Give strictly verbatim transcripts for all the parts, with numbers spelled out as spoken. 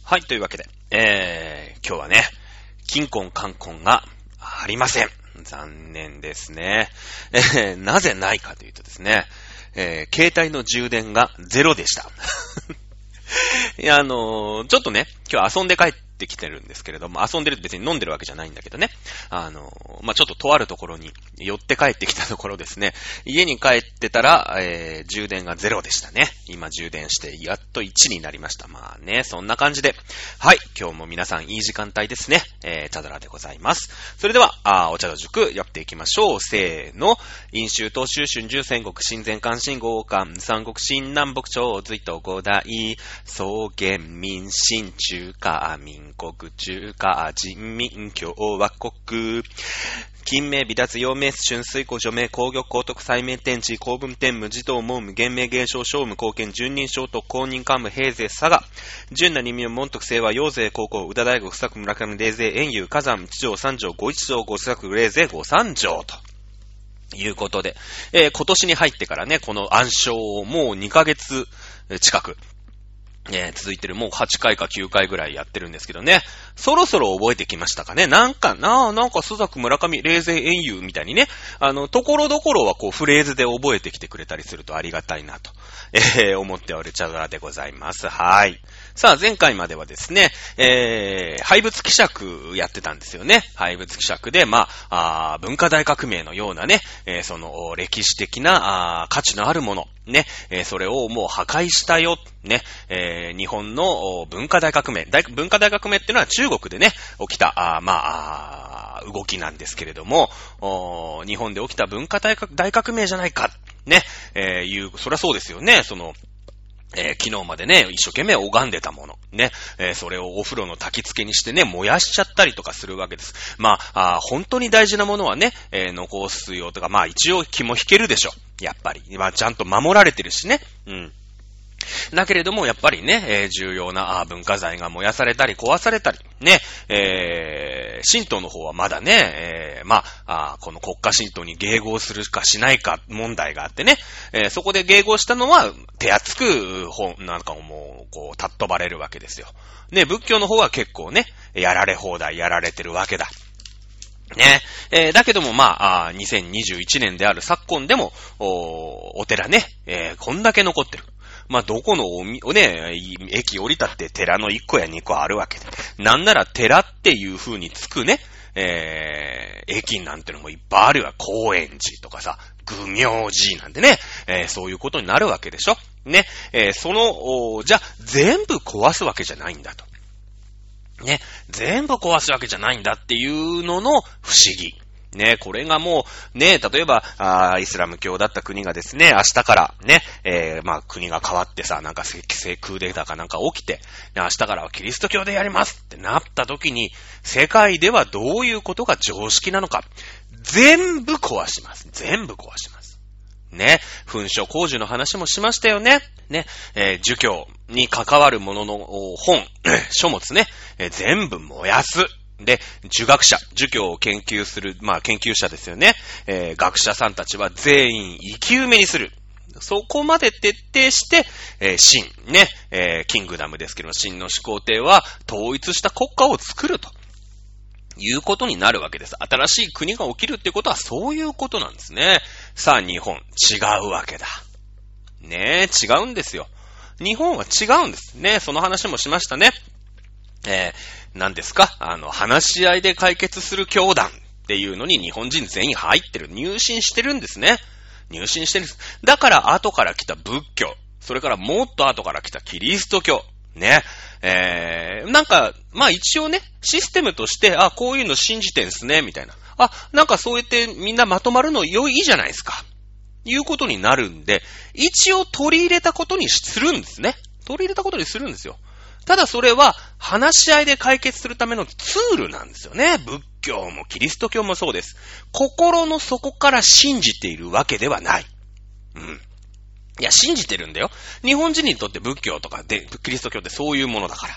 はい、というわけで、えー、今日はね、金婚観婚がありません。残念ですね。えー、なぜないかというとですね、えー、携帯の充電がゼロでした。いや、あのー、ちょっとね、今日遊んで帰ってきてるんですけれども、遊んでるって別に飲んでるわけじゃないんだけどね。あのー、まあ、ちょっととあるところに寄って帰ってきたところですね。家に帰ってたら、えー、充電がゼロでしたね。今充電して、やっといちになりました。まあね、そんな感じで。はい、今日も皆さんいい時間帯ですね。えー、チャドラでございます。それでは、あお茶の塾やっていきましょう。せーの。飲酒、東州、春秋、戦国、新前関、新豪関、三国、新南北朝、隋と五代、草原民、新中華民国、中華人民共和国、金名、微脱、陽明、春水湖、除名、工業、高徳、再名、天地、公文天無、自動、文無、厳明、芸商、商務、貢献、順任、小徳、公認、幹部、平勢、佐賀、純那、二名、門徳、清和、陽勢、高校、宇田大学、不作、村上、霊勢、遠遊、火山、地上、三条、五一条、五作、霊勢、五三条と。いうことで、えー、今年に入ってからね、この暗唱をもうにかげつ近く、えー、続いてる、もうはちかいかきゅうかいぐらいやってるんですけどね。そろそろ覚えてきましたかね。なんかな、なんか須作村上霊勢遠遊みたいにね、あの、ところどころはこうフレーズで覚えてきてくれたりするとありがたいなと、えー、思っておるチャドラでございます。はい。さあ、前回まではですね、えー、廃仏希釈やってたんですよね。廃仏希釈で、まあ、あ文化大革命のようなね、えー、その歴史的なあ価値のあるもの、ね、えー、それをもう破壊したよ、ね、えー、日本の文化大革命、大文化大革命っていうのは中国でね、起きた、あまあ、あ動きなんですけれども、日本で起きた文化大革、大革命じゃないか、ね、えー、いう、そりゃそうですよね、その、えー、昨日までね、一生懸命拝んでたもの。ね。えー、それをお風呂の焚き付けにしてね、燃やしちゃったりとかするわけです。まあ、あ本当に大事なものはね、えー、残すよとか、まあ一応気も引けるでしょ。やっぱり。まあちゃんと守られてるしね。うん。だけれども、やっぱりね、えー、重要な文化財が燃やされたり壊されたり、ね、えー、神道の方はまだね、えー、まあ、あこの国家神道に迎合するかしないか問題があってね、えー、そこで迎合したのは手厚く本なんかをもうこうたっ飛ばれるわけですよ。ね、仏教の方は結構ね、やられ放題やられてるわけだ。ね。えー、だけども、まあ、あにせんにじゅういちねんである昨今でも、お、お寺ね、えー、こんだけ残ってる。まあ、どこのおみ、ね、駅降りたって寺のいっこやにこあるわけで。なんなら寺っていう風につくね、えー、駅なんてのもいっぱいあるわ。高円寺とかさ、愚明寺なんてね、えー、そういうことになるわけでしょ。ね。えー、その、じゃあ、全部壊すわけじゃないんだと。ね。全部壊すわけじゃないんだっていうのの不思議。ね、これがもう、ね、例えば、あイスラム教だった国がですね、明日からね、えー、まあ国が変わってさ、なんかクーデターかなんか起きて、明日からはキリスト教でやりますってなった時に、世界ではどういうことが常識なのか、全部壊します。全部壊します。ね、噴書工事の話もしましたよね。ね、えー、儒教に関わるものの本、書物ね、えー、全部燃やす。で、儒学者、儒教を研究する、まあ研究者ですよね。えー、学者さんたちは全員生き埋めにする。そこまで徹底して、えー、秦、ね、えー、キングダムですけど、秦の始皇帝は統一した国家を作るということになるわけです。新しい国が起きるってことはそういうことなんですね。さあ、日本、違うわけだ。ねえ、違うんですよ。日本は違うんですね。その話もしましたね。えー、何ですかあの、話し合いで解決する教団っていうのに日本人全員入ってる。入信してるんですね。入信してるんです。だから後から来た仏教。それからもっと後から来たキリスト教。ね。えー、なんか、まあ一応ね、システムとして、あ、こういうの信じてんすね、みたいな。あ、なんかそうやってみんなまとまるの良いじゃないですか。いうことになるんで、一応取り入れたことにするんですね。取り入れたことにするんですよ。ただそれは話し合いで解決するためのツールなんですよね。仏教もキリスト教もそうです。心の底から信じているわけではない。うん。いや、信じてるんだよ。日本人にとって仏教とかで、キリスト教ってそういうものだから。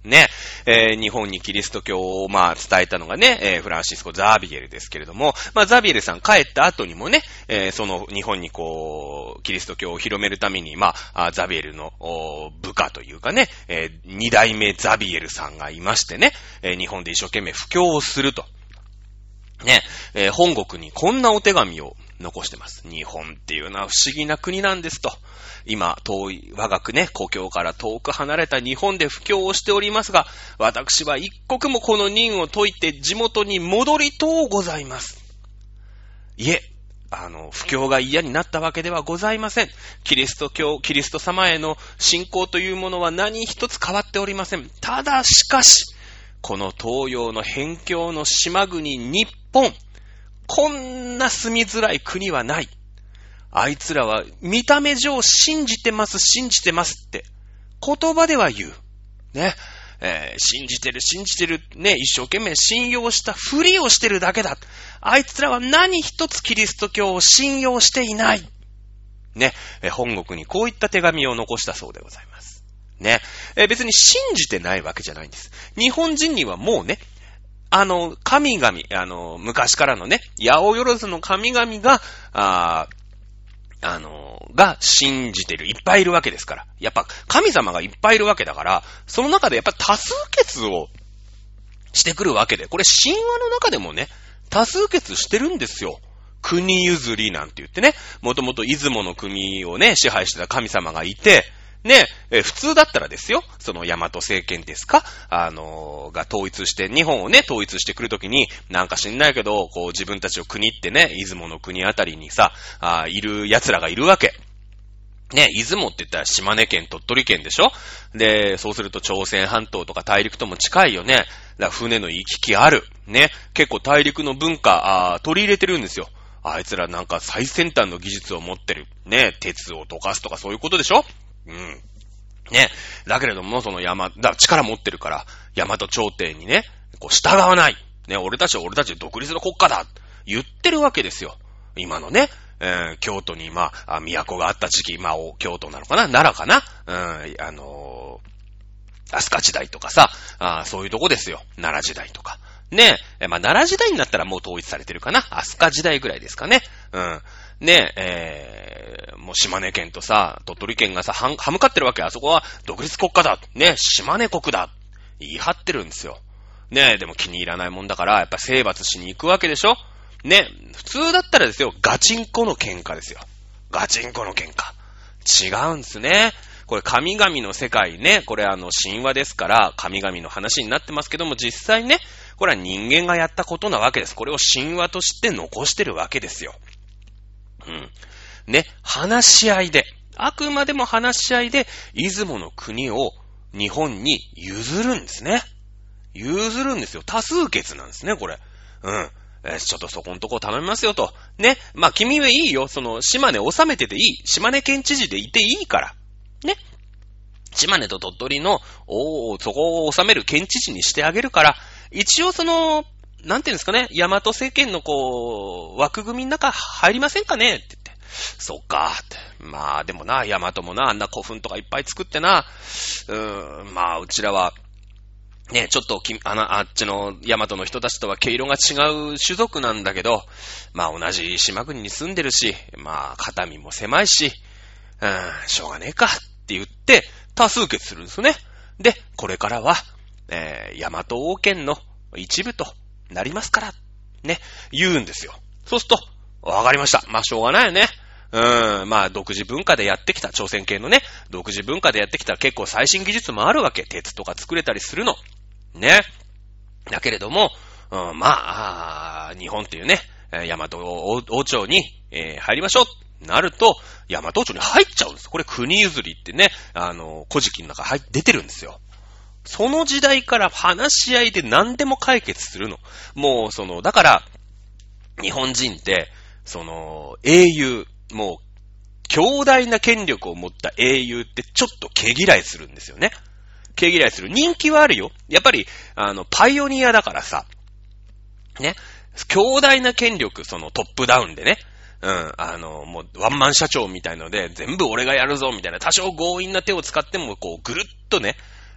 ね、えー、日本にキリスト教を、まあ、伝えたのがね、えー、フランシスコ・ザビエルですけれども、まあ、ザビエルさん帰った後にもね、えー、その日本にこう、キリスト教を広めるために、まあ、ザビエルの部下というかね、えー、二代目ザビエルさんがいましてね、えー、日本で一生懸命布教をすると。ね、えー、本国にこんなお手紙を残してます。日本っていうのは不思議な国なんですと。今、遠い、我が国ね、故郷から遠く離れた日本で布教をしておりますが、私は一刻もこの任を解いて地元に戻りとうございます。いえ、あの、布教が嫌になったわけではございません。キリスト教、キリスト様への信仰というものは何一つ変わっておりません。ただしかし、この東洋の辺境の島国日本、こんな住みづらい国はない。あいつらは見た目上信じてます、信じてますって言葉では言う。ね。えー、信じてる、信じてる、ね、一生懸命信用したふりをしてるだけだ。あいつらは何一つキリスト教を信用していない。ね。えー、本国にこういった手紙を残したそうでございます。ね。えー、別に信じてないわけじゃないんです。日本人にはもうね、あの、神々、あの、昔からのね、八百万の神々が、ああの、が信じてる、いっぱいいるわけですから。やっぱ神様がいっぱいいるわけだから、その中でやっぱ多数決をしてくるわけで、これ神話の中でもね、多数決してるんですよ。国譲りなんて言ってね、もともと出雲の国をね、支配してた神様がいて、ね、え普通だったらですよ、その大和政権ですか、あのー、が統一して、日本をね、統一してくるときに、なんか知んないけど、こう自分たちを国ってね、出雲の国あたりにさ、あいる奴らがいるわけ。ね、出雲って言ったら島根県、鳥取県でしょ？で、そうすると朝鮮半島とか大陸とも近いよね。だから船の行き来ある。ね、結構大陸の文化、あ取り入れてるんですよ。あいつらなんか最先端の技術を持ってる。ね、鉄を溶かすとかそういうことでしょ？うん。ね。だけれども、その山、だ、力持ってるから、大和朝廷にね、こう、従わない。ね、俺たちは俺たち独立の国家だ。言ってるわけですよ。今のね、えー、京都に、まあ、都があった時期、まあ、京都なのかな？奈良かな？うん、あのー、飛鳥時代とかさ、あそういうとこですよ。奈良時代とか。ねえ、まあ、奈良時代になったらもう統一されてるかな？飛鳥時代ぐらいですかね。うん。ねえ、えー、もう島根県とさ、鳥取県がさ、は、はむかってるわけ。あそこは独立国家だ。ね、島根国だ。言い張ってるんですよ。ねえ、でも気に入らないもんだから、やっぱ征伐しに行くわけでしょ？ね、普通だったらですよ、ガチンコの喧嘩ですよ。ガチンコの喧嘩。違うんですね。これ神々の世界ね、これあの神話ですから神々の話になってますけども、実際ね、これは人間がやったことなわけです。これを神話として残してるわけですよ。うん。ね、話し合いで、あくまでも話し合いで、出雲の国を日本に譲るんですね。譲るんですよ。多数決なんですね、これ。うん。えー、ちょっとそこんとこ頼みますよと。ね。まあ、君はいいよ。その、島根収めてていい。島根県知事でいていいから。ね。島根と鳥取の、おー、そこを収める県知事にしてあげるから、一応その、なんていうんですかね、大和政権のこう、枠組みの中入りませんかねって言って。そっかって。まあでもな、大和もな、あんな古墳とかいっぱい作ってな、うーん、まあうちらは、ね、ちょっときあの、あっちの大和の人たちとは毛色が違う種族なんだけど、まあ同じ島国に住んでるし、まあ肩身も狭いし、うーん、しょうがねえかって言って多数決するんですよね。で、これからは、えー、大和王権の一部となりますから、ね、言うんですよ。そうすると、わかりました。まあしょうがないよね。うーん、まあ独自文化でやってきた、朝鮮系のね、独自文化でやってきた結構最新技術もあるわけ。鉄とか作れたりするの。ね。だけれども、うん、まあ、あ日本っていうね、大和王朝に、えー、入りましょう。なると、大和王朝に入っちゃうんです。これ国譲りってね、あの、古事記の中入って出てるんですよ。その時代から話し合いで何でも解決するの。もう、その、だから、日本人って、その、英雄、もう、強大な権力を持った英雄ってちょっと毛嫌いするんですよね。毛嫌いする。人気はあるよ。やっぱり、あの、パイオニアだからさ。ね。強大な権力、そのトップダウンでね。うん。あの、もう、ワンマン社長みたいので、全部俺がやるぞ、みたいな、多少強引な手を使っても、こう、ぐるっとね、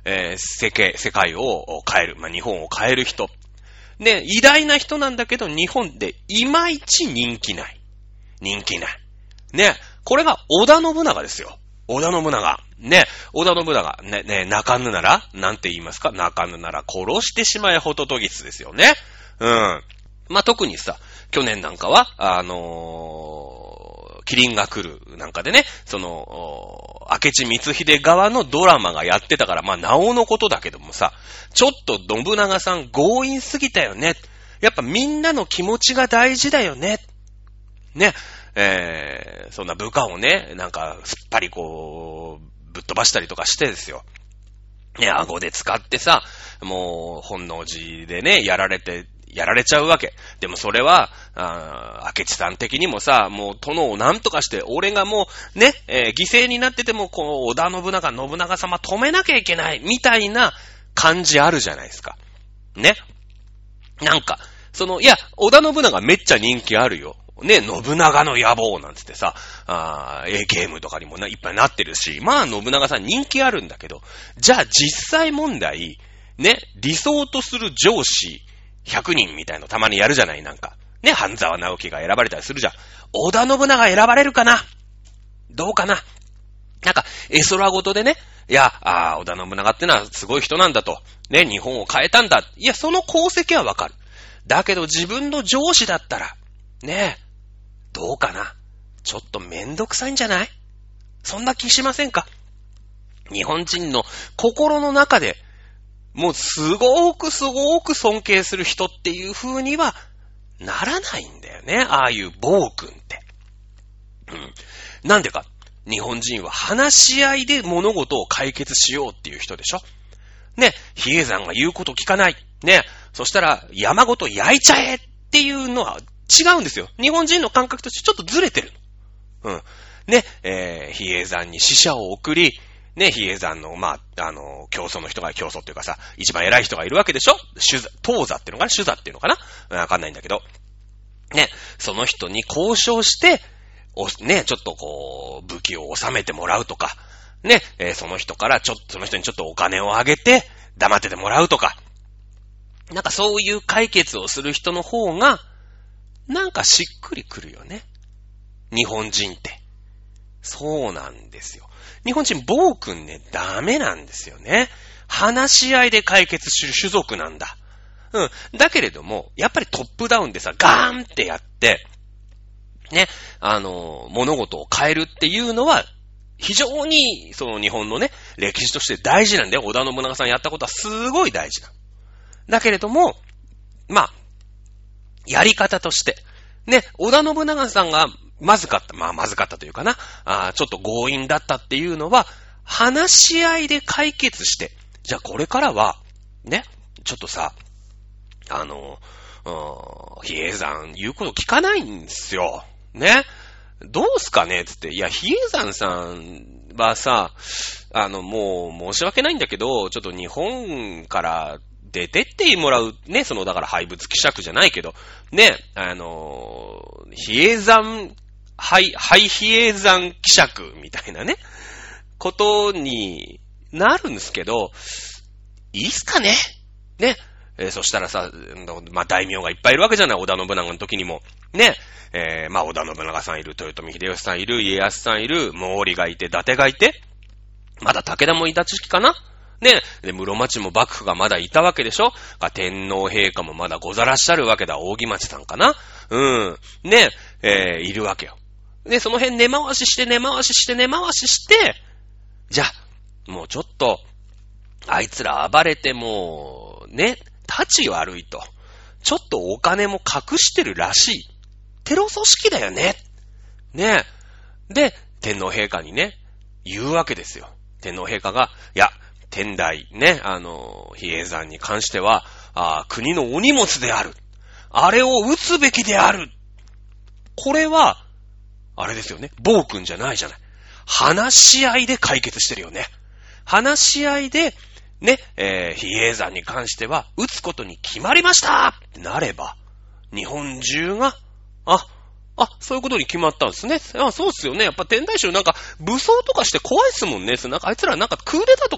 えー、世界、世界を変える。まあ、日本を変える人。ね、偉大な人なんだけど、日本でいまいち人気ない。人気ない。ね、これが織田信長ですよ。織田信長。ね、織田信長。ね、ね、泣かぬならなんて言いますか？泣かぬなら殺してしまえホトトギスですよね。うん。まあ、特にさ、去年なんかは、あのー、キリンが来るなんかでね、その、明智光秀側のドラマがやってたから、まあ、なおのことだけどもさ、ちょっと信長さん強引すぎたよね。やっぱみんなの気持ちが大事だよね。ね、えー、そんな部下をね、なんか、すっぱりこう、ぶっ飛ばしたりとかしてですよ。ね、顎で使ってさ、もう、本能寺でね、やられて、やられちゃうわけ。でもそれは、あ明智さん的にもさ、もう殿をなんとかして、俺がもうね、えー、犠牲になってても、こう、織田信長、信長様止めなきゃいけない、みたいな感じあるじゃないですか。ね。なんか、その、いや、織田信長めっちゃ人気あるよ。ね、信長の野望なんつってさ、あー、ゲームとかにもないっぱいなってるし、まあ信長さん人気あるんだけど、じゃあ実際問題、ね、理想とする上司ひゃくにんみたいのたまにやるじゃない、なんか。ね、半沢直樹が選ばれたりするじゃん。織田信長選ばれるかな？どうかな？なんか、絵空ごとでね、いや、あー、織田信長ってのはすごい人なんだと。ね、日本を変えたんだ。いや、その功績はわかる。だけど自分の上司だったら、ねえ、どうかな？ちょっとめんどくさいんじゃない？そんな気しませんか？日本人の心の中で、もうすごくすごく尊敬する人っていう風にはならないんだよね。ああいう暴君って。うん。なんでか？日本人は話し合いで物事を解決しようっていう人でしょ？ね、比叡山が言うこと聞かない。ね、そしたら山ごと焼いちゃえっていうのは違うんですよ。日本人の感覚としてちょっとずれてる。うん。ね、えー、比叡山に死者を送り、ね、比叡山の、まあ、あの、教祖の人が、教祖っていうかさ、一番偉い人がいるわけでしょ？主座、当座っていうのかな？主座っていうのかな？わかんないんだけど。ね、その人に交渉して、お、ね、ちょっとこう、武器を収めてもらうとか、ね、えー、その人からちょっと、その人にちょっとお金をあげて、黙っててもらうとか、なんかそういう解決をする人の方が、なんかしっくりくるよね。日本人って。そうなんですよ。日本人、暴君ね、ダメなんですよね。話し合いで解決する種族なんだ。うん。だけれども、やっぱりトップダウンでさ、ガーンってやって、ね、あの、物事を変えるっていうのは、非常に、その日本のね、歴史として大事なんだよ。織田信長さんやったことはすごい大事だ。だけれども、まあ、やり方として、ね、織田信長さんがまずかった、まあまずかったというかな、あちょっと強引だったっていうのは、話し合いで解決して、じゃあこれからは、ね、ちょっとさ、あの、比叡山言うこと聞かないんですよ。ね。どうすかねつって、いや、比叡山さんはさ、あの、もう申し訳ないんだけど、ちょっと日本から出てってもらう、ね、その、だから廃仏希釈じゃないけど、ね、あの、比叡山、廃、廃比叡山希釈みたいなね、ことになるんですけど、いいっすかねね。えー、そしたらさ、まあ、大名がいっぱいいるわけじゃない、織田信長の時にも。ね。えー、まあ、織田信長さんいる、豊臣秀吉さんいる、家康さんいる、毛利がいて、伊達がいて、まだ武田もいた時期かなね。で、室町も幕府がまだいたわけでしょ？天皇陛下もまだござらっしゃるわけだ、扇町さんかなうん。ね。えー、いるわけよ。で、その辺根回しして、根回しして、根回しして、じゃあ、もうちょっと、あいつら暴れてもう、ね、立ち悪いと。ちょっとお金も隠してるらしい。テロ組織だよね。ね。で、天皇陛下にね、言うわけですよ。天皇陛下が、いや、天台ね、あの、比叡山に関しては、あ国のお荷物である。あれを撃つべきである。これは、あれですよね。暴君じゃないじゃない。話し合いで解決してるよね。話し合いで、ね、えー、比叡山に関しては、撃つことに決まりましたってなれば、日本中が、あ、あ、そういうことに決まったんですね。あ、そうっすよね。やっぱ天台宗なんか武装とかして怖いっすもんね。なんかあいつらなんかクーデターとか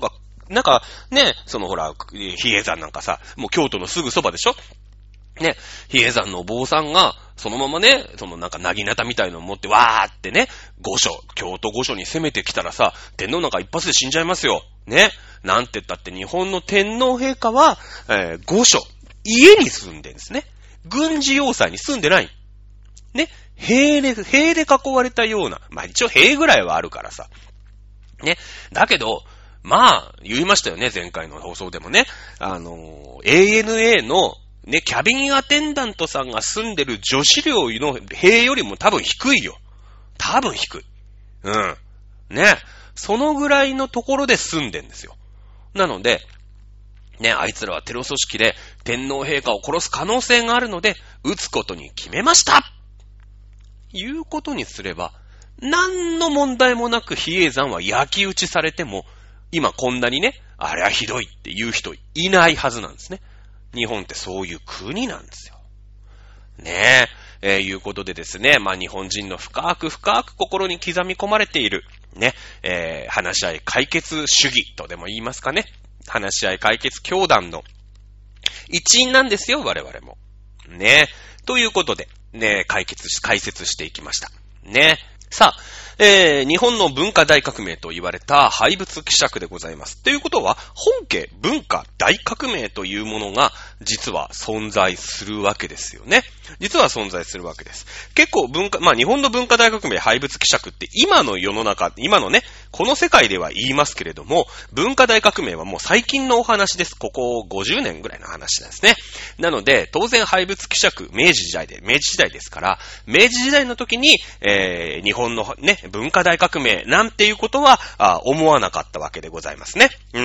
なんか、ね、そのほら、比叡山なんかさ、もう京都のすぐそばでしょ？ね、比叡山のお坊さんが、そのままね、そのなんかなぎなたみたいのを持って、わーってね、御所、京都御所に攻めてきたらさ、天皇なんか一発で死んじゃいますよ。ね。なんて言ったって日本の天皇陛下は、えー、御所、家に住んでるんですね。軍事要塞に住んでない。ね。塀で、塀で囲われたような、まあ一応塀ぐらいはあるからさ。ね。だけど、まあ、言いましたよね、前回の放送でもね。あの、エーエヌエー の、ね、キャビンアテンダントさんが住んでる女子寮の塀よりも多分低いよ。多分低い。うん。ね。そのぐらいのところで住んでんですよ。なので、ね、あいつらはテロ組織で天皇陛下を殺す可能性があるので、撃つことに決めましたいうことにすれば、何の問題もなく比叡山は焼き討ちされても、今こんなにね、あれはひどいって言う人いないはずなんですね。日本ってそういう国なんですよ。ねえ、えー、いうことでですね、まあ日本人の深く深く心に刻み込まれている、ね、えー、話し合い解決主義とでも言いますかね。話し合い解決教団の一員なんですよ、我々も。ねえ、ということで、ね、解決し、解説していきました。ね。さあ、えー、日本の文化大革命と言われた廃仏毀釈でございます。ということは、本家文化大革命というものが実は存在するわけですよね。実は存在するわけです。結構文化、まあ日本の文化大革命廃仏毀釈って今の世の中、今のね、この世界では言いますけれども、文化大革命はもう最近のお話です。ここごじゅうねんぐらいの話なんですね。なので、当然廃仏毀釈、明治時代で、明治時代ですから、明治時代の時に、えー、日本のね、文化大革命なんていうことはあ思わなかったわけでございますね。うん。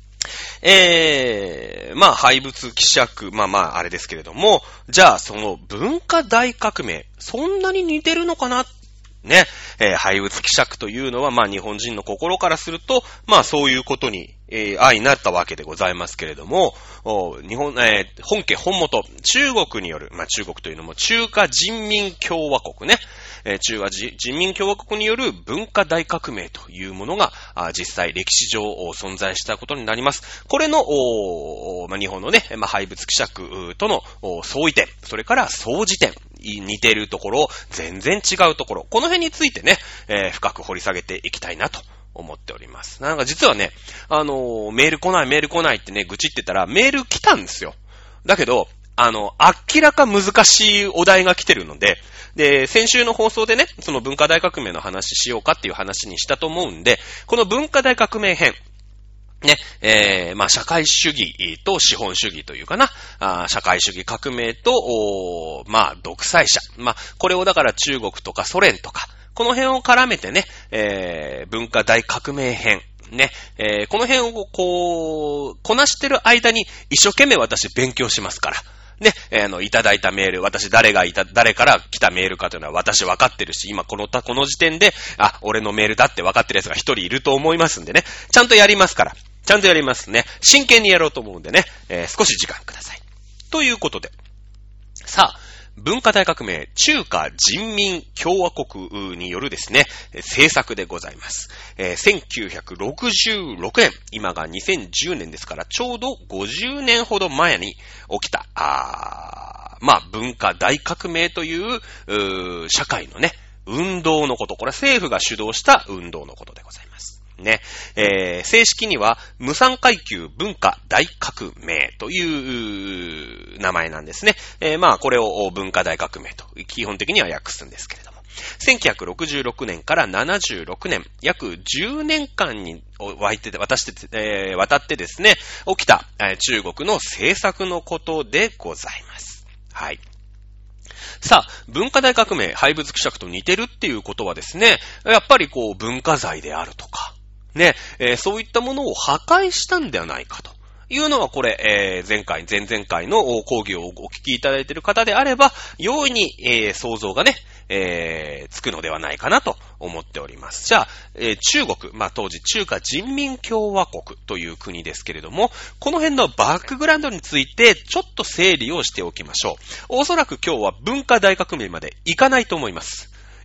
えー、まあ廃仏毀釈、まあまああれですけれども、じゃあその文化大革命、そんなに似てるのかなね、えー、廃仏毀釈というのはまあ日本人の心からすると、まあそういうことに、えー、相なったわけでございますけれども、日本、えー、本家本元、中国による、まあ中国というのも中華人民共和国ね、えー、中華人民共和国による文化大革命というものが実際歴史上存在したことになります。これの、まあ、日本のね、まあ、廃仏毀釈との相違点、それから相似点、似ているところ、全然違うところ、この辺についてね、えー、深く掘り下げていきたいなと思っております。なんか実はね、あのー、メール来ないメール来ないってね、愚痴ってたらメール来たんですよ。だけど、あの、明らか難しいお題が来てるので、で、先週の放送でね、その文化大革命の話しようかっていう話にしたと思うんで、この文化大革命編、ね、えー、まあ、社会主義と資本主義というかな、あ社会主義革命と、まあ、独裁者。まあ、これをだから中国とかソ連とか、この辺を絡めてね、えー、文化大革命編。ね、えー、この辺をこう、こなしてる間に一生懸命私勉強しますから。ね、えー、あの、いただいたメール、私誰がいた、誰から来たメールかというのは私分かってるし、今この、この時点で、あ、俺のメールだって分かってる奴が一人いると思いますんでね、ちゃんとやりますから。ちゃんとやりますね。真剣にやろうと思うんでね、えー、少し時間ください。ということで。さあ、文化大革命中華人民共和国によるですね、政策でございます。えー、せんきゅうひゃくろくじゅうろくねん、今がにせんじゅうねんですからちょうどごじゅうねんほど前に起きた、あまあ文化大革命という、うー社会のね、運動のこと、これは政府が主導した運動のことでございます。ね、えー、正式には無産階級文化大革命という名前なんですね。えー、まあこれを文化大革命と基本的には訳すんですけれども、せんきゅうひゃくろくじゅうろくねんからななじゅうろくねん、約じゅうねんかんにわいて渡して、えー、渡ってですね、起きた、えー、中国の政策のことでございます。はい。さあ、文化大革命、廃仏毀釈と似てるっていうことはですね、やっぱりこう文化財であるとか、ね、えー、そういったものを破壊したんではないかというのはこれ、えー、前回、前々回の講義をお聞きいただいている方であれば、容易に、えー、想像がね、えー、つくのではないかなと思っております。じゃあ、えー、中国、まあ当時中華人民共和国という国ですけれども、この辺のバックグラウンドについてちょっと整理をしておきましょう。おそらく今日は文化大革命までいかないと思います。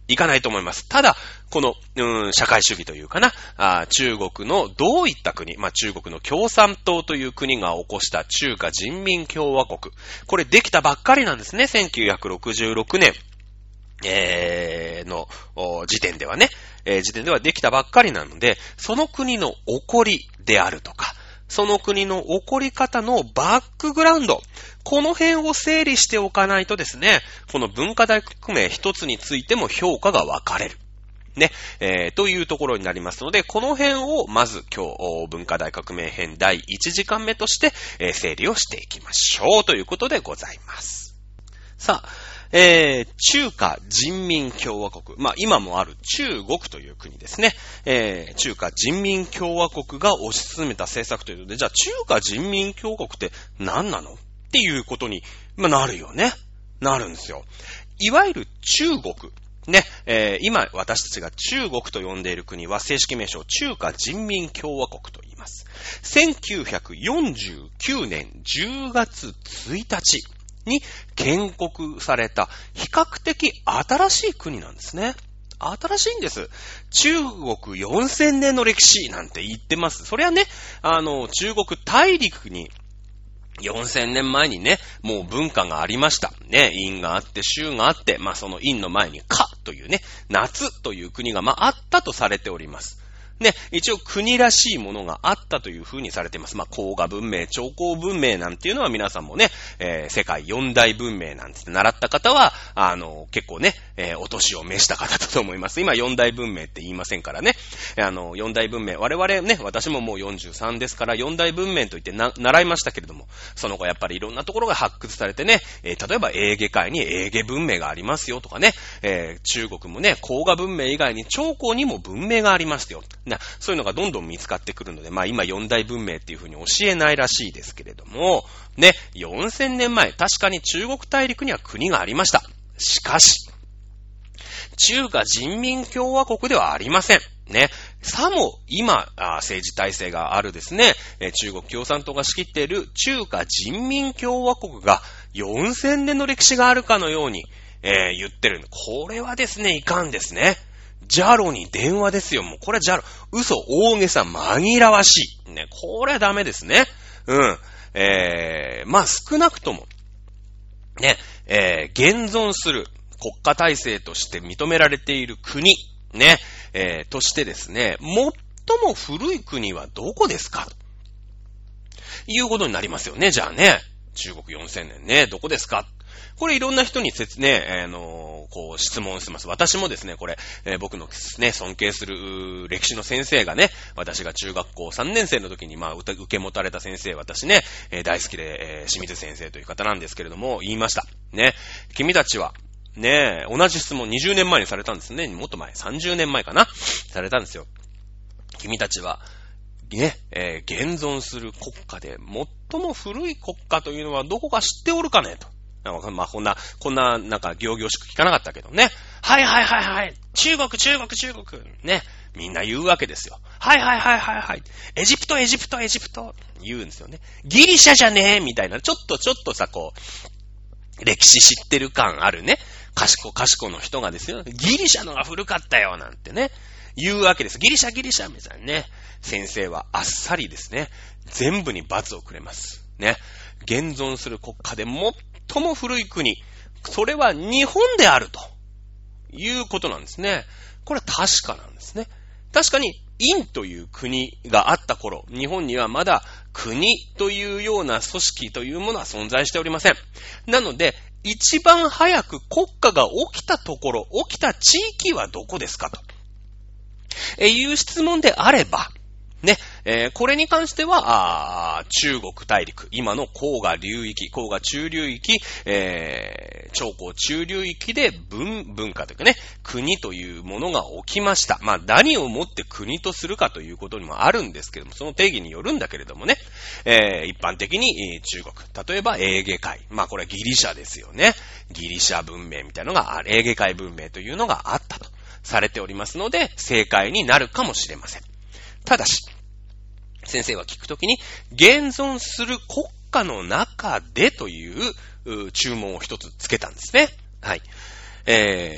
いかないと思います。ただ、この、うん、社会主義というかな、あ、中国のどういった国、まあ、中国の共産党という国が起こした中華人民共和国。これできたばっかりなんですね。せんきゅうひゃくろくじゅうろくねん、えー、の時点ではね、えー、時点ではできたばっかりなので、その国の起こりであるとか、その国の起こり方のバックグラウンド、この辺を整理しておかないとですね、この文化大革命一つについても評価が分かれる。ね、えー、というところになりますので、この辺をまず今日、文化大革命編だいいちじかんめとして、えー、整理をしていきましょうということでございます。さあ、えー、中華人民共和国。まあ、今もある中国という国ですね。えー、中華人民共和国が推し進めた政策というので、じゃあ中華人民共和国って何なのっていうことに、まあ、なるよね。なるんですよ。いわゆる中国。ね、えー、今私たちが中国と呼んでいる国は正式名称中華人民共和国と言います。せんきゅうひゃくよんじゅうきゅうねんじゅうがつついたちに建国された比較的新しい国なんですね。新しいんです。中国よんせんねんの歴史なんて言ってます。それはね、あの、中国大陸によんせんねんまえにね、もう文化がありました。ね、陰があって、州があって、まあその陰の前に夏というね、夏という国がまああったとされております。ね、一応国らしいものがあったというふうにされています。まあ、黄河文明、長江文明なんていうのは皆さんもね、えー、世界四大文明なんて習った方は、あの、結構ね、えー、お年を召した方だと思います。今四大文明って言いませんからね。あの、四大文明、我々ね、私ももうよんじゅうさんですから四大文明と言ってな、習いましたけれども、その後やっぱりいろんなところが発掘されてね、えー、例えばエーゲ海にエーゲ文明がありますよとかね、えー、中国もね、黄河文明以外に長江にも文明がありますよ。な、そういうのがどんどん見つかってくるので、まあ今四大文明っていうふうに教えないらしいですけれども、ね、よんせんねんまえ、確かに中国大陸には国がありました。しかし、中華人民共和国ではありません。ね。さも今、政治体制があるですね、中国共産党が仕切っている中華人民共和国がよんせんねんの歴史があるかのように、えー、言ってる。これはですね、いかんですね。ジャロに電話ですよ。もうこれはジャロ。嘘、大げさ、紛らわしい。ね、これはダメですね。うん。えー、まあ少なくとも、ね、えー、現存する国家体制として認められている国、ね、えー、としてですね、最も古い国はどこですかということになりますよね。じゃあね、中国よんせんねんね、どこですか？これいろんな人に説ね、あのー、こう質問してます。私もですね、これ、えー、僕のね、尊敬する歴史の先生がね、私が中学校さんねん生の時に、まあ、受け持たれた先生、私ね、えー、大好きで、えー、清水先生という方なんですけれども、言いました。ね、君たちは、ね、同じ質問にじゅうねんまえにされたんですね。もっと前、さんじゅうねんまえかなされたんですよ。君たちは、ね、えー、現存する国家で最も古い国家というのはどこか知っておるかねと。まあ、こんな、こんな、なんか、行々しく聞かなかったけどね。はいはいはいはい。中国、中国、中国。ね。みんな言うわけですよ。はいはいはいはいはい。エジプト、エジプト、エジプト。言うんですよね。ギリシャじゃねえみたいな。ちょっとちょっとさ、こう、歴史知ってる感あるね。賢、賢の人がですよ。ギリシャのが古かったよ、なんてね。言うわけです。ギリシャ、ギリシャ、みたいなね。先生はあっさりですね。全部に罰をくれます。ね。現存する国家でも最も古い国、それは日本であるということなんですね。これは確かなんですね。確かに殷という国があった頃、日本にはまだ国というような組織というものは存在しておりません。なので、一番早く国家が起きたところ、起きた地域はどこですかと、えいう質問であれば、ね、えー、これに関しては、あ中国大陸、今の黄河流域、黄河中流域、えー、長江中流域で文、文化というかね、国というものが起きました。まあ、何をもって国とするかということにもあるんですけども、その定義によるんだけれどもね、えー、一般的に、えー、中国、例えばエーゲ海、まあ、これはギリシャですよね。ギリシャ文明みたいなのが、エーゲ海文明というのがあったとされておりますので、正解になるかもしれません。ただし、先生は聞くときに、現存する国家の中でという注文を一つつけたんですね。はい。えー、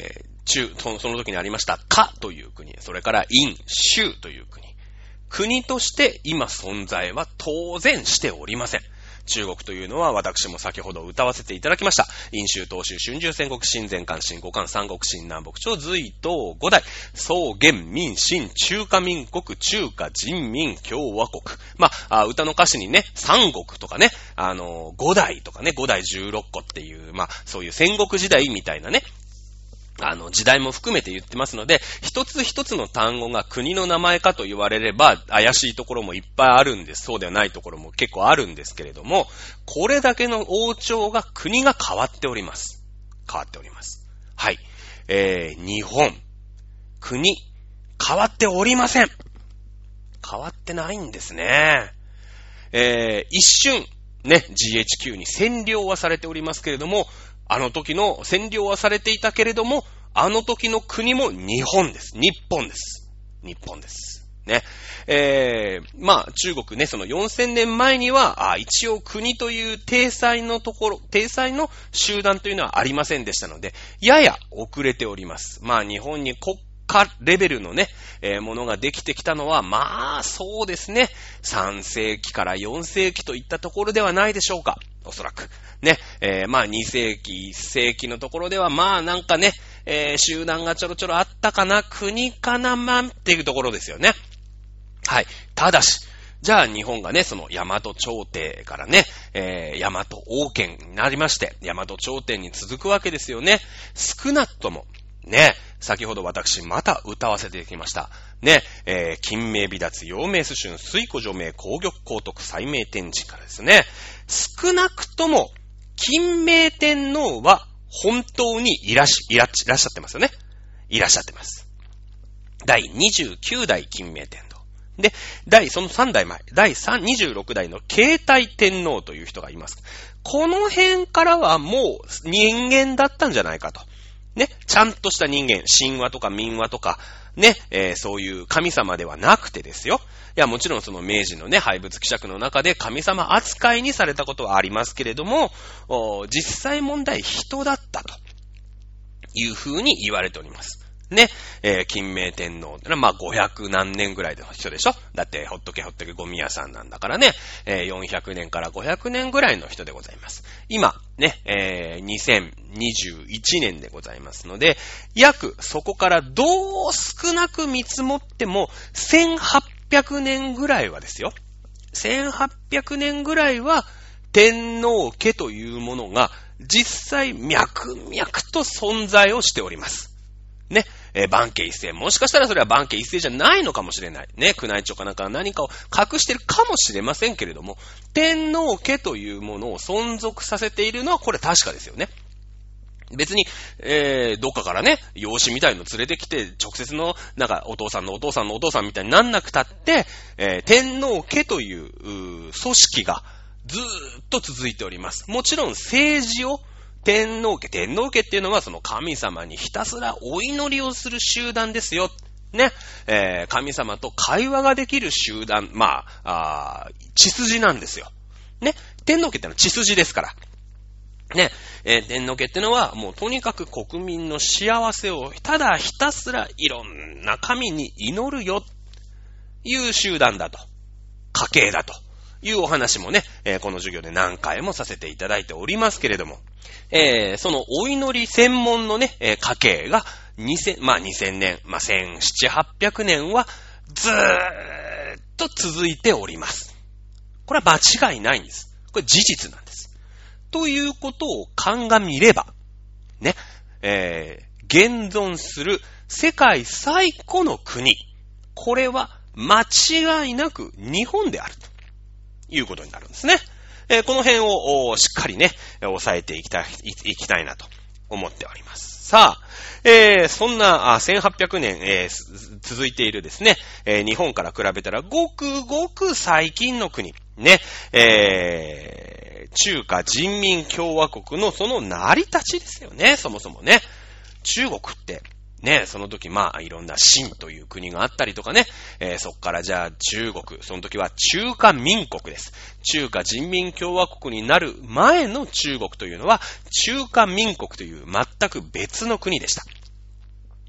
中、その時にありました、華という国、それから殷、周という国。国として今存在は当然しておりません。中国というのは私も先ほど歌わせていただきました。殷周、東周、春秋、戦国、秦、前漢、秦、後漢、三国、秦、南北朝、隋、唐、五代、宋、元、明、清、中華民国、中華人民共和国。まあ、歌の歌詞にね、三国とかね、あの、五代とかね、五代十六個っていう、まあ、そういう戦国時代みたいなね、あの、時代も含めて言ってますので、一つ一つの単語が国の名前かと言われれば、怪しいところもいっぱいあるんです。そうではないところも結構あるんですけれども、これだけの王朝が、国が変わっております。変わっております。はい。えー、日本、国、変わっておりません。変わってないんですね。えー、一瞬、ね、ジーエイチキュー に占領はされておりますけれども、あの時の占領はされていたけれども、あの時の国も日本です。日本です。日本です。ね。えー、まあ中国ね、そのよんせんねんまえには、あ一応国という体裁のところ、体裁の集団というのはありませんでしたので、やや遅れております。まあ日本に国家レベルのね、えー、ものができてきたのは、まあそうですね、さんせいきからよんせいきといったところではないでしょうか。おそらく。ね、えー、まあにせいき、いっせいきのところではまあなんかね、えー、集団がちょろちょろあったかな、国かな、まんっていうところですよね。はい。ただし、じゃあ日本がね、その大和朝廷からね、えー、大和王権になりまして、大和朝廷に続くわけですよね。少なくとも、ね、先ほど私また歌わせていただきました。ね、えー、金明美達、陽明崇春、水古除名、皇玉皇徳、斉明天神からですね、少なくとも、金明天皇は本当にいらっし、いらっしゃってますよね。いらっしゃってます。だいにじゅうきゅうだい金明天皇。で、第、そのさんだいまえ、だいにじゅうろくだいの慶太天皇という人がいます。この辺からはもう人間だったんじゃないかと。ね、ちゃんとした人間、神話とか民話とか、ね、えー、そういう神様ではなくてですよ。いや、もちろんその明治のね、廃仏毀釈の中で神様扱いにされたことはありますけれども、実際問題人だったというふうに言われております。ね、えー、金明天皇ってのはまあごひゃくなんねんぐらいの人でしょ。だってほっとけほっとけゴミ屋さんなんだからね、えー、よんひゃくねんからごひゃくねんぐらいの人でございます。今ね、えー、にせんにじゅういちねんでございますので、約そこからどう少なく見積もってもせんはっぴゃくねんぐらいはですよ。せんはっぴゃくねんぐらいは天皇家というものが実際脈々と存在をしております。ね、えー、万家一世。もしかしたらそれは万家一世じゃないのかもしれない。ね、宮内庁かなんか何かを隠してるかもしれませんけれども、天皇家というものを存続させているのはこれ確かですよね。別に、えー、どっかからね、養子みたいの連れてきて、直接の、なんか、お父さんのお父さんのお父さんみたいになんなくたって、えー、天皇家という、う組織がずーっと続いております。もちろん政治を、天皇家、天皇家っていうのはその神様にひたすらお祈りをする集団ですよ。ね。えー、神様と会話ができる集団、まあ、あ血筋なんですよ。ね。天皇家ってのは血筋ですから。ね。えー、天皇家ってのはもうとにかく国民の幸せをただひたすらいろんな神に祈るよ。いう集団だと。家系だと。いうお話もね、えー、この授業で何回もさせていただいておりますけれども、えー、そのお祈り専門のね、えー、家系がにせん、まあにせんねん、まあせんななひゃく、はっぴゃくねんはずーっと続いております。これは間違いないんです。これ事実なんです。ということを鑑みれば、ね、えー、現存する世界最古の国、これは間違いなく日本であると。いうことになるんですね。えー、この辺をしっかりね、押さえていきたい、いきたいなと思っております。さあ、えー、そんなせんはっぴゃくねん、えー、続いているですね、えー、日本から比べたらごくごく最近の国、ね、えー、中華人民共和国のその成り立ちですよね、そもそもね。中国って、ね、その時まあいろんな秦という国があったりとかね、えー、そっからじゃあ中国、その時は中華民国です。中華人民共和国になる前の中国というのは中華民国という全く別の国でした。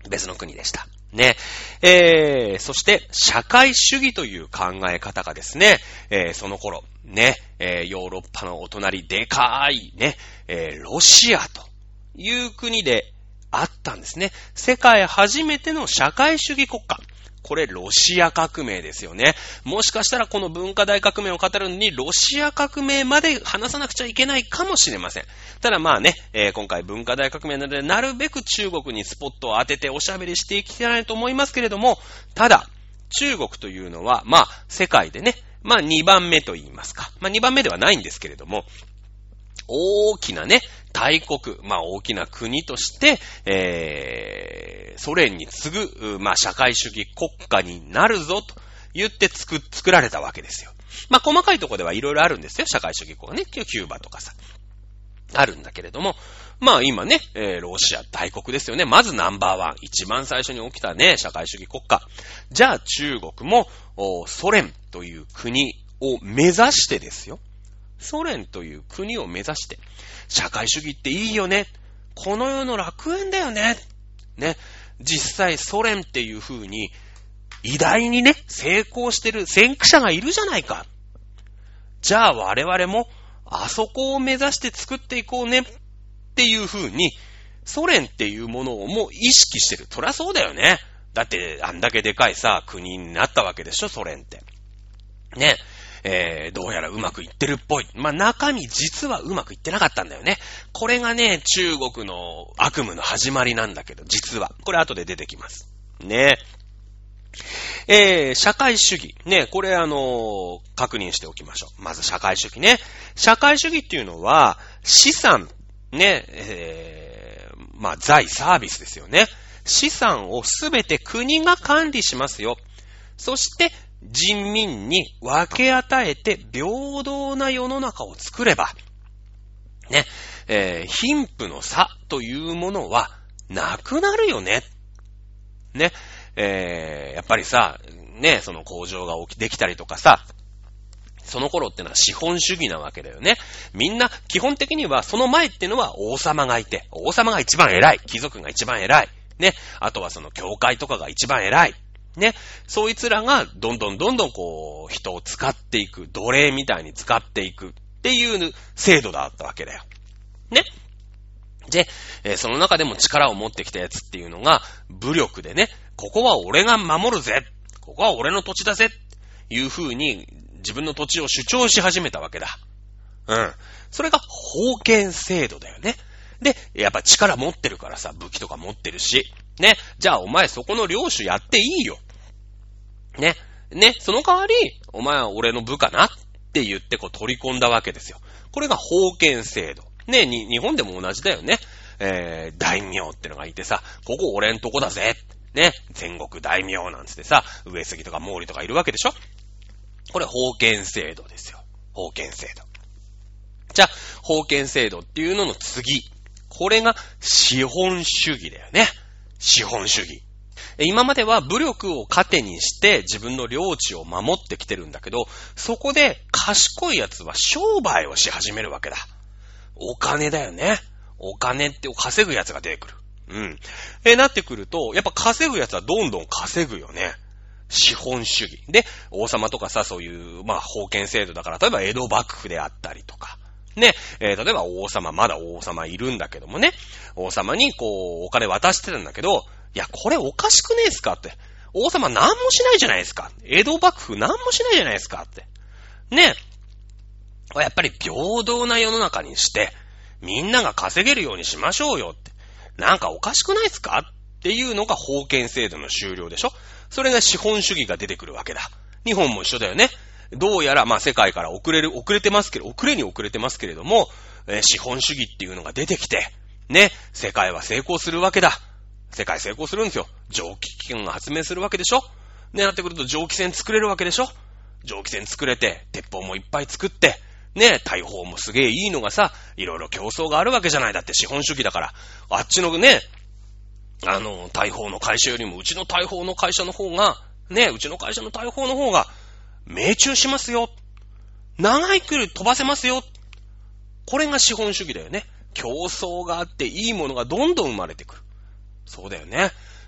別の国でした。ね。えー、そして、社会主義という考え方がですね、えー、その頃、ね、えー、ヨーロッパのお隣、でかい、ね、えー、ロシアという国であったんですね。世界初めての社会主義国家。これ、ロシア革命ですよね。もしかしたらこの文化大革命を語るのに、ロシア革命まで話さなくちゃいけないかもしれません。ただまあね、えー、今回文化大革命なので、なるべく中国にスポットを当てておしゃべりしていきたいと思いますけれども、ただ、中国というのは、まあ、世界でね、まあにばんめと言いますか。まあにばんめではないんですけれども、大きなね、大国、まあ大きな国として、えー、ソ連に次ぐ、まあ社会主義国家になるぞと言って作、作られたわけですよ。まあ細かいところではいろいろあるんですよ、社会主義国家ね。キューバとかさ。あるんだけれども、まあ今ね、えー、ロシア大国ですよね。まずナンバーワン。一番最初に起きたね、社会主義国家。じゃあ中国も、ソ連という国を目指してですよ。ソ連という国を目指して、社会主義っていいよね。この世の楽園だよね。ね。実際ソ連っていう風に、偉大にね、成功してる先駆者がいるじゃないか。じゃあ我々も、あそこを目指して作っていこうねっていう風に、ソ連っていうものをもう意識してる。そりゃそうだよね。だって、あんだけでかいさ、国になったわけでしょ、ソ連って。ね。えー、どうやらうまくいってるっぽい。まあ、中身実はうまくいってなかったんだよね。これがね、中国の悪夢の始まりなんだけど、実は。これ後で出てきます。ね。えー、社会主義。ね、これあのー、確認しておきましょう。まず社会主義ね。社会主義っていうのは、資産、ね、えー、まあ、財サービスですよね。資産をすべて国が管理しますよ。そして、人民に分け与えて平等な世の中を作れば、ね、えー、貧富の差というものはなくなるよね。ね、えー、やっぱりさ、ね、その工場が起きできたりとかさ、その頃ってのは資本主義なわけだよね。みんな基本的にはその前ってのは王様がいて、王様が一番偉い、貴族が一番偉い、ね、あとはその教会とかが一番偉い。ね。そいつらがどんどんどんどんこう人を使っていく。奴隷みたいに使っていくっていう制度だったわけだよ。ね。で、えー、その中でも力を持ってきたやつっていうのが武力でね、ここは俺が守るぜ。ここは俺の土地だぜ。いう風に自分の土地を主張し始めたわけだ。うん。それが封建制度だよね。で、やっぱ力持ってるからさ、武器とか持ってるし。ね。じゃあお前そこの領主やっていいよ。ね。ね。その代わり、お前は俺の部下なって言ってこう取り込んだわけですよ。これが封建制度。ね。に、日本でも同じだよね。えー、大名ってのがいてさ、ここ俺んとこだぜ。ね。戦国大名なんつってさ、上杉とか毛利とかいるわけでしょ。これ封建制度ですよ。封建制度。じゃあ、封建制度っていうのの次。これが資本主義だよね。資本主義。今までは武力を糧にして自分の領地を守ってきてるんだけど、そこで賢い奴は商売をし始めるわけだ。お金だよね。お金って稼ぐ奴が出てくる。うん。え、なってくると、やっぱ稼ぐ奴はどんどん稼ぐよね。資本主義。で、王様とかさ、そういう、まあ、封建制度だから、例えば江戸幕府であったりとか。ね、えー、例えば王様、まだ王様いるんだけどもね、王様にこう、お金渡してるんだけど、いや、これおかしくねえっすかって。王様何もしないじゃないですか。江戸幕府何もしないじゃないですかって。ね。やっぱり平等な世の中にして、みんなが稼げるようにしましょうよって。なんかおかしくないっすかっていうのが封建制度の終了でしょ。それが資本主義が出てくるわけだ。日本も一緒だよね。どうやら、まあ世界から遅れる、遅れてますけど、遅れに遅れてますけれども、えー、資本主義っていうのが出てきて、ね、世界は成功するわけだ。世界成功するんですよ。蒸気機関が発明するわけでしょ。ね、なってくると蒸気船作れるわけでしょ。蒸気船作れて、鉄砲もいっぱい作って、ね、大砲もすげえいいのがさ、いろいろ競争があるわけじゃない。だって資本主義だから、あっちのね、あの、大砲の会社よりもうちの大砲の会社の方が、ね、うちの会社の大砲の方が、命中しますよ。長い距離飛ばせますよ。これが資本主義だよね。競争があっていいものがどんどん生まれてくる。そうだよね。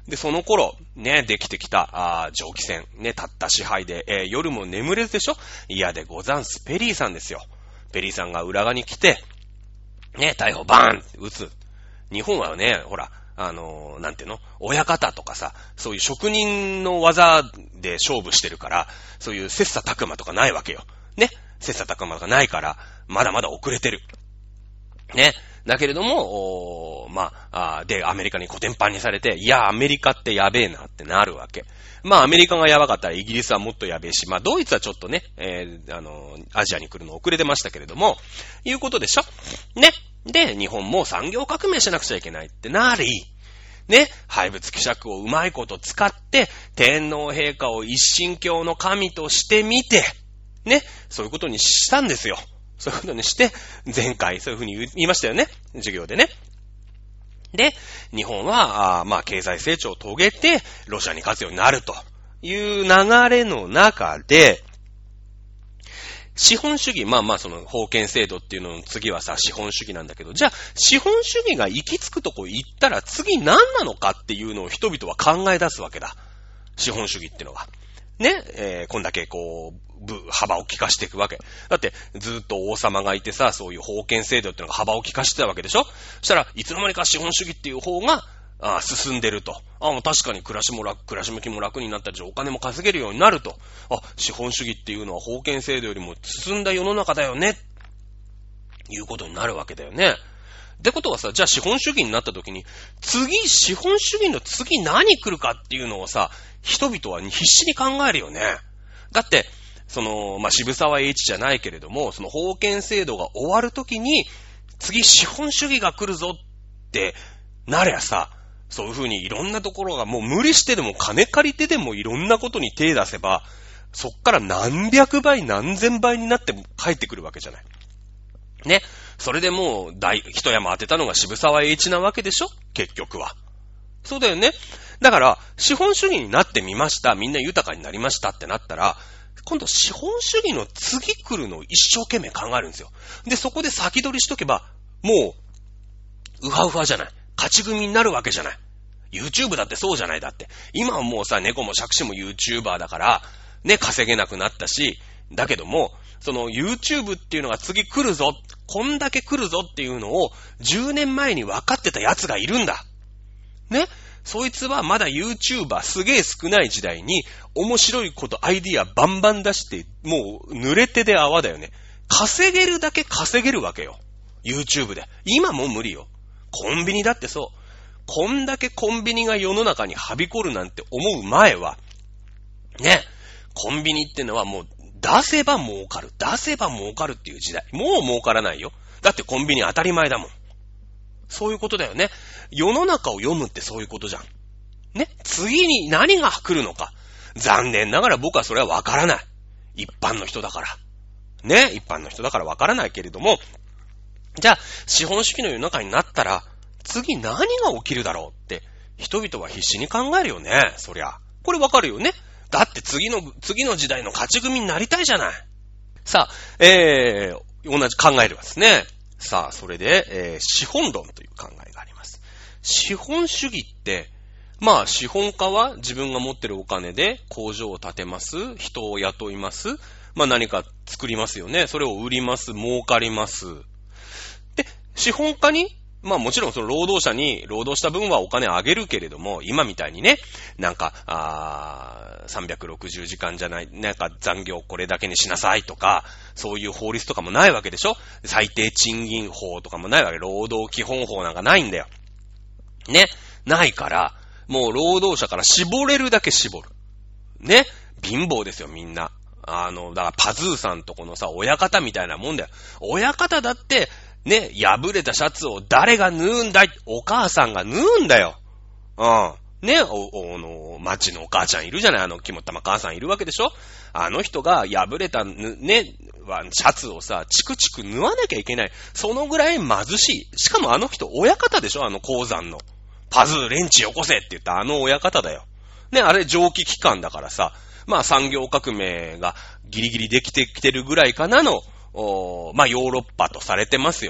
で、その頃、ね、できてきた、あ蒸気船、ね、たった支配で、えー、夜も眠れずでしょ？嫌でござんす、ペリーさんですよ。ペリーさんが裏側に来て、ね、逮捕バーンって撃つ。日本はね、ほら、あのー、なんていうの？親方とかさ、そういう職人の技で勝負してるから、そういう切磋琢磨とかないわけよ。ね。切磋琢磨がないから、まだまだ遅れてる。ね。だけれども、おまあ、あで、アメリカにコテンパンにされて、いや、アメリカってやべえなってなるわけ。まあ、アメリカがやばかったらイギリスはもっとやべえし、まあ、ドイツはちょっとね、えー、あのー、アジアに来るの遅れてましたけれども、いうことでしょ？ね。で、日本も産業革命しなくちゃいけないってなり、ね、廃物希釈をうまいこと使って、天皇陛下を一神教の神としてみて、ね、そういうことにしたんですよ。そういうことにして、前回そういうふうに言いましたよね。授業でね。で、日本は、あまあ、経済成長を遂げて、ロシアに勝つようになるという流れの中で、資本主義、まあまあその封建制度っていうのの次はさ、資本主義なんだけど、じゃあ資本主義が行き着くとこ行ったら次何なのかっていうのを人々は考え出すわけだ。資本主義っていうのが。ね、えー、こんだけこう、部、幅を利かしていくわけ。だってずっと王様がいてさ、そういう封建制度っていうのが幅を利かしてたわけでしょ？そしたらいつの間にか資本主義っていう方が、あ進んでると。あもう確かに暮らしも楽、暮らし向きも楽になったり、お金も稼げるようになると。あ、資本主義っていうのは封建制度よりも進んだ世の中だよね。いうことになるわけだよね。ってことはさ、じゃあ資本主義になった時に、次、資本主義の次何来るかっていうのをさ、人々は必死に考えるよね。だって、その、まあ、渋沢栄一じゃないけれども、その封建制度が終わる時に、次資本主義が来るぞってなりゃさ、そういう風にいろんなところがもう無理してでも金借りてでもいろんなことに手出せば、そっから何百倍何千倍になって帰ってくるわけじゃない。ね。それでもう大、一山当てたのが渋沢栄一なわけでしょ？結局は。そうだよね。だから、資本主義になってみました。みんな豊かになりましたってなったら、今度資本主義の次来るのを一生懸命考えるんですよ。で、そこで先取りしとけば、もう、うはうはじゃない。勝ち組になるわけじゃない。YouTube だってそうじゃないだって。今はもうさ、猫も杓子も YouTuber だから、ね、稼げなくなったし、だけども、その YouTube っていうのが次来るぞ、こんだけ来るぞっていうのをじゅうねんまえに分かってた奴がいるんだ。ね。そいつはまだ YouTuber すげえ少ない時代に面白いことアイディアバンバン出して、もう濡れ手で泡だよね。稼げるだけ稼げるわけよ。YouTube で。今もう無理よ。コンビニだってそう。こんだけコンビニが世の中にはびこるなんて思う前は、ね、コンビニってのはもう出せば儲かる。出せば儲かるっていう時代。もう儲からないよ。だってコンビニ当たり前だもん。そういうことだよね。世の中を読むってそういうことじゃん。ね、次に何が来るのか。残念ながら僕はそれはわからない。一般の人だから。ね、一般の人だからわからないけれども、じゃあ、資本主義の世の中になったら、次何が起きるだろうって、人々は必死に考えるよね、そりゃ。これわかるよね。だって次の、次の時代の勝ち組になりたいじゃない。さあ、えー、同じ考えるわですね。さあ、それで、えー、資本論という考えがあります。資本主義って、まあ、資本家は自分が持ってるお金で工場を建てます、人を雇います、まあ何か作りますよね。それを売ります、儲かります。で、資本家に、まあもちろんその労働者に労働した分はお金あげるけれども、今みたいにね、なんか、あーさんびゃくろくじゅうじかんじゃない、なんか残業これだけにしなさいとか、そういう法律とかもないわけでしょ？最低賃金法とかもないわけ。労働基本法なんかないんだよ。ね。ないから、もう労働者から絞れるだけ絞る。ね。貧乏ですよ、みんな。あの、だからパズーさんとこのさ、親方みたいなもんだよ。親方だって、ね、破れたシャツを誰が縫うんだい？お母さんが縫うんだよ。うん。ね、お、おの、町のお母ちゃんいるじゃない？あの、肝っ玉母さんいるわけでしょ？あの人が破れた、ね、シャツをさ、チクチク縫わなきゃいけない。そのぐらい貧しい。しかもあの人、親方でしょ？あの鉱山の。パズーレンチよこせって言ったあの親方だよ。ね、あれ蒸気機関だからさ、まあ産業革命がギリギリできてきてるぐらいかなの、おまあヨーロッパとされてますよね。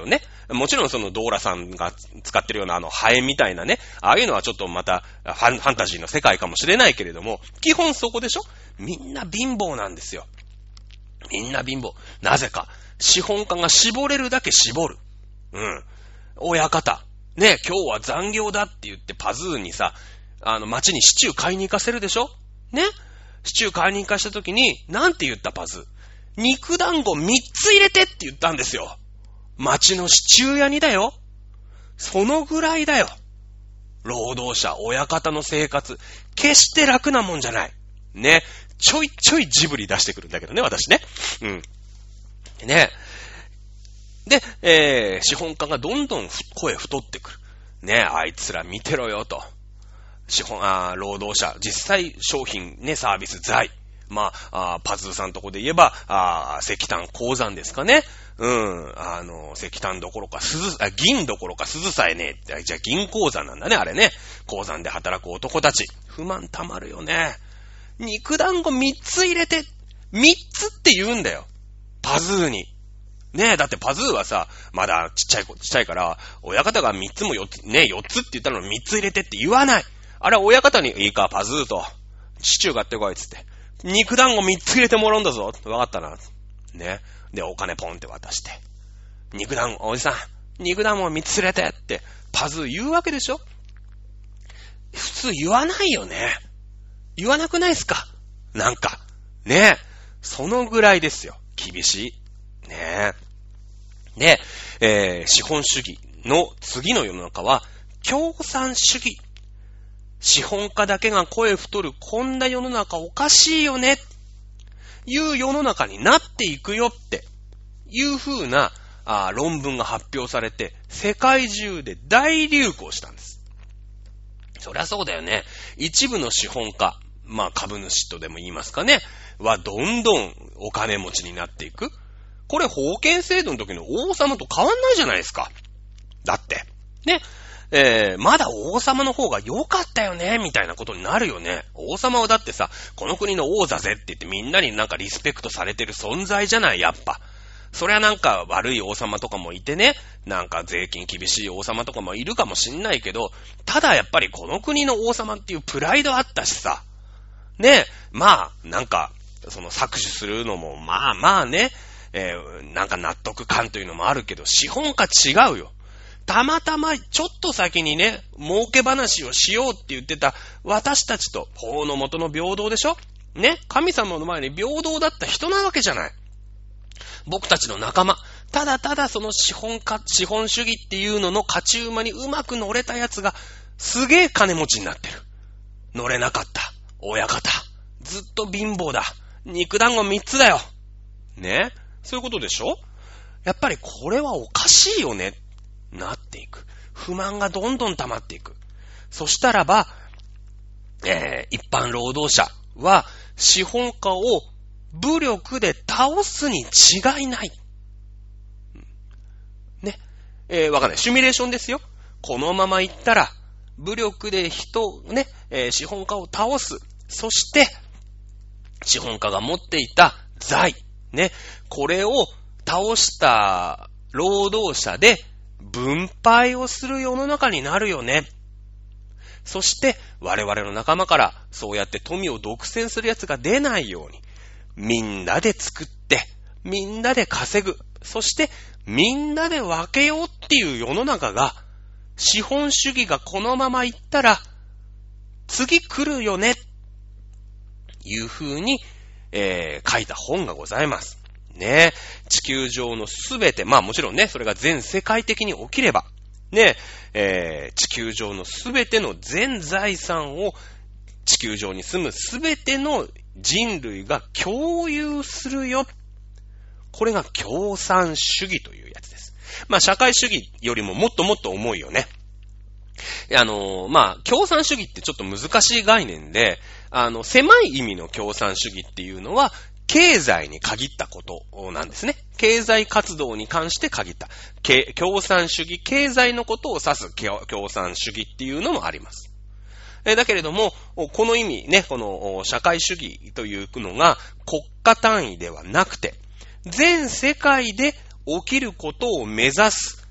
もちろんそのドーラさんが使ってるようなあのハエみたいなね、ああいうのはちょっとまたファン、ファンタジーの世界かもしれないけれども、基本そこでしょ？みんな貧乏なんですよ。みんな貧乏。なぜか。資本家が絞れるだけ絞る。うん。親方。ね、今日は残業だって言ってパズーにさ、あの街にシチュー買いに行かせるでしょ？ね？シチュー買いに行かした時に、なんて言ったパズー？肉団子みっつ入れてって言ったんですよ。町のシチュー屋にだよ。そのぐらいだよ。労働者、親方の生活、決して楽なもんじゃない。ね。ちょいちょいジブリ出してくるんだけどね、私ね。うん。ね。で、えー、資本家がどんどん声太ってくる。ね、あいつら見てろよと。資本、あ労働者、実際商品ね、サービス財。まあ、あパズーさんとこで言えば、あ石炭鉱山ですかね。うん。あの、石炭どころか、鈴、あ銀どころか鈴さえねえ。じゃあ銀鉱山なんだね、あれね。鉱山で働く男たち。不満たまるよね。肉団子みっつ入れて、みっつって言うんだよ。パズーに。ねえ、だってパズーはさ、まだちっちゃい子、ちっちゃいから、親方がみっつもよっつ、ね、よっつって言ったのにみっつ入れてって言わない。あれは親方に、いいか、パズーと、シチュー買ってこいっつって。肉団子みっつ入れてもらうんだぞ。わかったな。ね。で、お金ポンって渡して。肉団子、おじさん、肉団子みっつ入れてって、パズー言うわけでしょ？普通言わないよね。言わなくないっすか？なんか。ね。そのぐらいですよ。厳しい。ね。で、えー、資本主義の次の世の中は、共産主義。資本家だけが声太るこんな世の中おかしいよね。いう世の中になっていくよっていう風なあ論文が発表されて世界中で大流行したんです。そりゃそうだよね。一部の資本家、まあ株主とでも言いますかね、はどんどんお金持ちになっていく。これ封建制度の時の王様と変わんないじゃないですか。だって。ね。えー、まだ王様の方が良かったよね、みたいなことになるよね。王様はだってさ、この国の王だぜって言ってみんなになんかリスペクトされてる存在じゃない、やっぱ。そりゃなんか悪い王様とかもいてね、なんか税金厳しい王様とかもいるかもしんないけど、ただやっぱりこの国の王様っていうプライドあったしさ、ね、まあ、なんか、その搾取するのもまあまあね、えー、なんか納得感というのもあるけど、資本家違うよ。たまたまちょっと先にね、儲け話をしようって言ってた私たちと法の元の平等でしょ？ね、神様の前に平等だった人なわけじゃない。僕たちの仲間。ただただその資本家、資本主義っていうのの勝ち馬にうまく乗れたやつがすげえ金持ちになってる。乗れなかった。親方。ずっと貧乏だ。肉団子みっつだよ。ね、そういうことでしょ？やっぱりこれはおかしいよね。なっていく。不満がどんどん溜まっていく。そしたらば、えー、一般労働者は資本家を武力で倒すに違いない。ね。えー、わかんない。シミュレーションですよ。このままいったら、武力で人、ね、えー、資本家を倒す。そして、資本家が持っていた財、ね、これを倒した労働者で、分配をする世の中になるよね。そして我々の仲間からそうやって富を独占する奴が出ないようにみんなで作ってみんなで稼ぐ、そしてみんなで分けようっていう世の中が、資本主義がこのままいったら次来るよねいう風に、えー、書いた本がございます。ね、地球上のすべて、まあもちろんね、それが全世界的に起きれば、ね、えー、地球上のすべての全財産を地球上に住むすべての人類が共有するよ。これが共産主義というやつです。まあ社会主義よりももっともっと重いよね。あのー、まあ共産主義ってちょっと難しい概念で、あの狭い意味の共産主義っていうのは経済に限ったことなんですね。経済活動に関して限った。共産主義、経済のことを指す共産主義っていうのもあります。えだけれども、この意味ね、この社会主義というのが国家単位ではなくて、全世界で起きることを目指す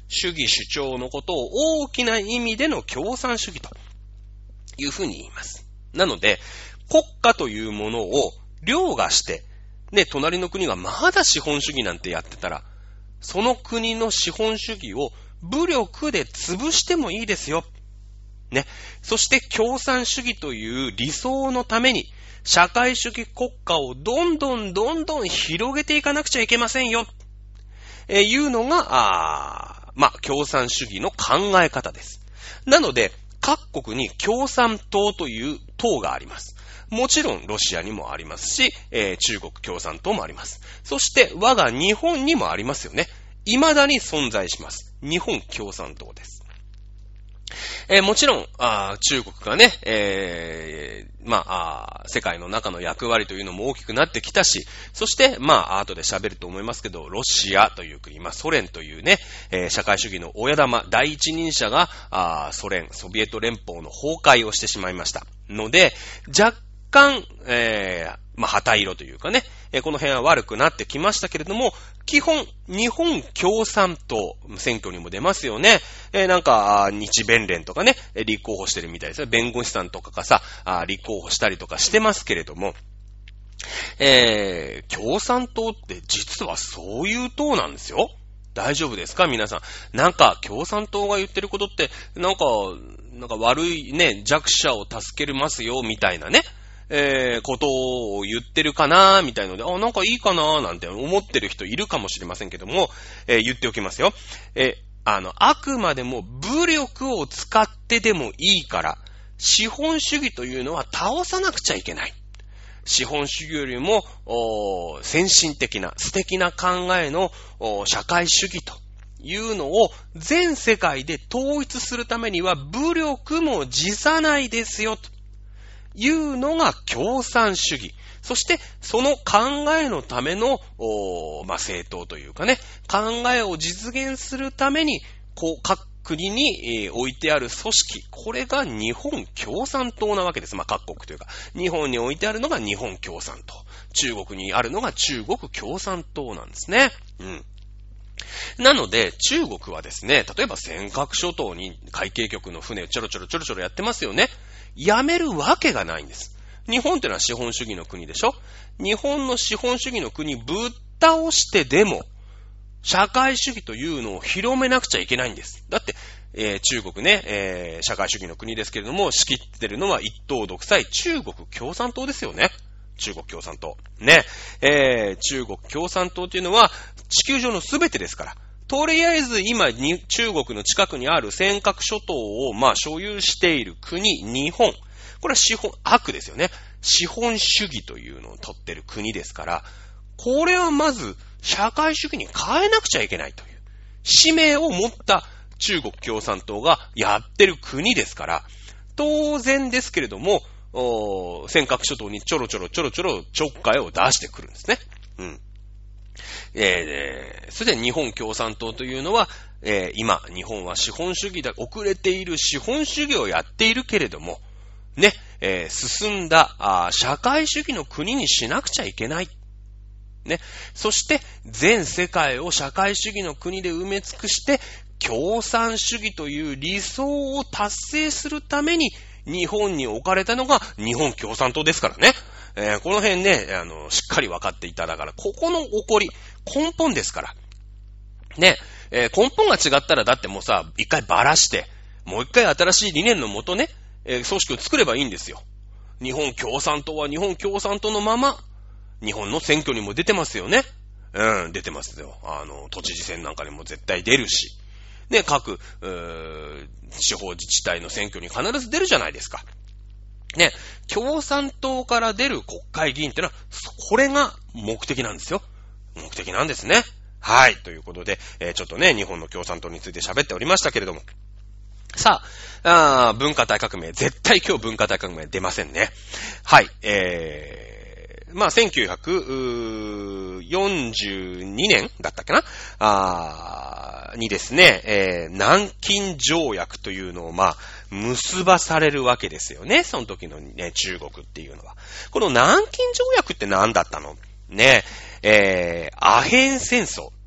主義主張のことを大きな意味での共産主義というふうに言います。なので、国家というものを凌駕して、ね、隣の国がまだ資本主義なんてやってたら、その国の資本主義を武力で潰してもいいですよ。ね。そして共産主義という理想のために、社会主義国家をどんどんどんどん広げていかなくちゃいけませんよ。えー、いうのが、あまあ、共産主義の考え方です。なので、各国に共産党という党があります。もちろんロシアにもありますし、えー、中国共産党もあります。そして我が日本にもありますよね。未だに存在します。日本共産党です。えー、もちろんあ中国がね、えー、まあ、あ世界の中の役割というのも大きくなってきたし、そしてまあ後で喋ると思いますけど、ロシアという国、まあソ連というね、えー、社会主義の親玉第一人者があソ連ソビエト連邦の崩壊をしてしまいましたので、若干、えー、まあ旗色というかね、えー、この辺は悪くなってきましたけれども、基本日本共産党選挙にも出ますよね。えー、なんか日弁連とかね立候補してるみたいですよ。弁護士さんとかがさあ立候補したりとかしてますけれども、えー、共産党って実はそういう党なんですよ。大丈夫ですか皆さん。なんか共産党が言ってることってなんかなんか悪いね弱者を助けますよみたいなね。えー、ことを言ってるかなーみたいので、あ、なんかいいかなーなんて思ってる人いるかもしれませんけども、えー、言っておきますよ。えー、あの、あくまでも武力を使ってでもいいから、資本主義というのは倒さなくちゃいけない。資本主義よりも、先進的な、素敵な考えの社会主義というのを全世界で統一するためには武力も辞さないですよと。いうのが共産主義。そしてその考えのための、まあ、政党というかね、考えを実現するためにこう各国に、えー、置いてある組織、これが日本共産党なわけです。まあ、各国というか、日本に置いてあるのが日本共産党、中国にあるのが中国共産党なんですね。うん。なので、中国はですね、例えば尖閣諸島に海警局の船をちょろちょろちょろちょろやってますよね。やめるわけがないんです。日本ってのは資本主義の国でしょ。日本の資本主義の国ぶっ倒してでも、社会主義というのを広めなくちゃいけないんです。だって、えー、中国ね、えー、社会主義の国ですけれども、仕切ってるのは一党独裁、中国共産党ですよね。中国共産党。ね。えー、中国共産党というのは、地球上のすべてですから。とりあえず今に中国の近くにある尖閣諸島をまあ所有している国、日本。これは資本、悪ですよね。資本主義というのを取っている国ですから、これはまず社会主義に変えなくちゃいけないという使命を持った中国共産党がやってる国ですから、当然ですけれども、尖閣諸島にちょろちょろちょろちょろちょっかいを出してくるんですね。うん。えー、それで日本共産党というのは、えー、今、日本は資本主義だ、遅れている資本主義をやっているけれども、ね、えー、進んだあ社会主義の国にしなくちゃいけない。ね、そして、全世界を社会主義の国で埋め尽くして、共産主義という理想を達成するために、日本に置かれたのが日本共産党ですからね。えー、この辺ね、あの、しっかり分かっていただから、ここの起こり、根本ですから。ね、えー、根本が違ったらだってもうさ、一回ばらして、もう一回新しい理念のもとね、えー、組織を作ればいいんですよ。日本共産党は日本共産党のまま、日本の選挙にも出てますよね。うん、出てますよ。あの、都知事選なんかにも絶対出るし。ね、各、地方自治体の選挙に必ず出るじゃないですか。ね、共産党から出る国会議員ってのは、これが目的なんですよ。目的なんですね。はい。ということで、えー、ちょっとね、日本の共産党について喋っておりましたけれども。さあ、あ文化大革命。絶対今日文化大革命出ませんね。はい。えー、まあ、せんきゅうひゃくよんじゅうにねんだったっけなあにですね、えー、南京条約というのを、まあ、結ばされるわけですよね。その時のね、中国っていうのは。この南京条約って何だったのね、えー、アヘン戦争。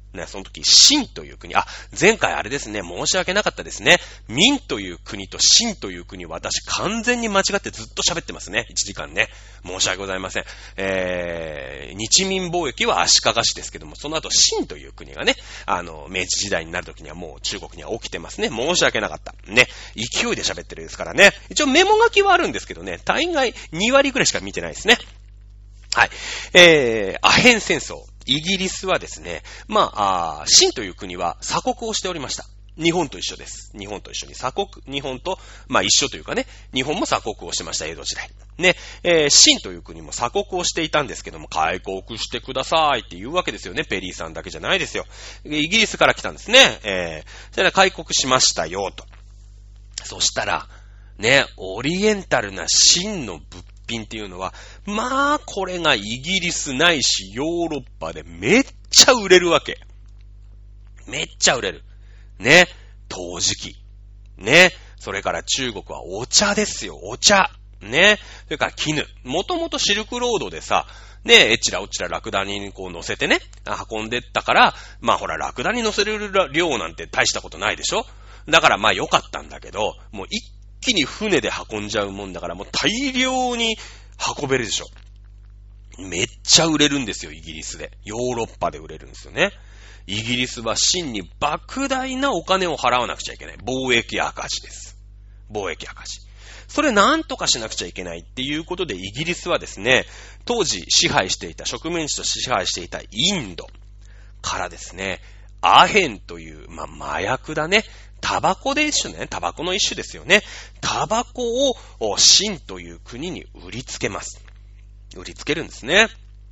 ね、その時、秦という国、あ、前回あれですね、申し訳なかったですね。明という国と秦という国、私完全に間違ってずっと喋ってますね。いちじかんね。申し訳ございません。えー、日明貿易は足利市ですけども、その後、秦という国がね、あの、明治時代になる時にはもう中国には起きてますね。申し訳なかった。ね。勢いで喋ってるですからね。一応メモ書きはあるんですけどね、大概に割ぐらいしか見てないですね。はい。えー、アヘン戦争。イギリスはですね、まあ、あ秦という国は鎖国をしておりました。日本と一緒です。日本と一緒に鎖国、日本と、まあ一緒というかね、日本も鎖国をしてました、江戸時代。ね、えー、秦という国も鎖国をしていたんですけども、開国してくださいって言うわけですよね。ペリーさんだけじゃないですよ。イギリスから来たんですね。えー、それで開国しましたよ、と。そしたら、ね、オリエンタルな秦の物品っていうのは、まあ、これがイギリスないしヨーロッパでめっちゃ売れるわけ。めっちゃ売れる。ね。陶磁器。ね。それから中国はお茶ですよ。お茶。ね。それから絹。もともとシルクロードでさ、ね、えちらおちらラクダにこう乗せてね、運んでったから、まあほら、ラクダに乗せる量なんて大したことないでしょ？だからまあ良かったんだけど、もう一気に船で運んじゃうもんだからもう大量に運べるでしょ。めっちゃ売れるんですよ、イギリスで。ヨーロッパで売れるんですよね。イギリスは秦に莫大なお金を払わなくちゃいけない。貿易赤字です。貿易赤字。それなんとかしなくちゃいけないっていうことでイギリスはですね、当時支配していた、植民地と支配していたインドからですね、アヘンという、まあ、麻薬だね。タバコで一種ね。タバコの一種ですよね。タバコを秦という国に売りつけます。売りつけるんですね。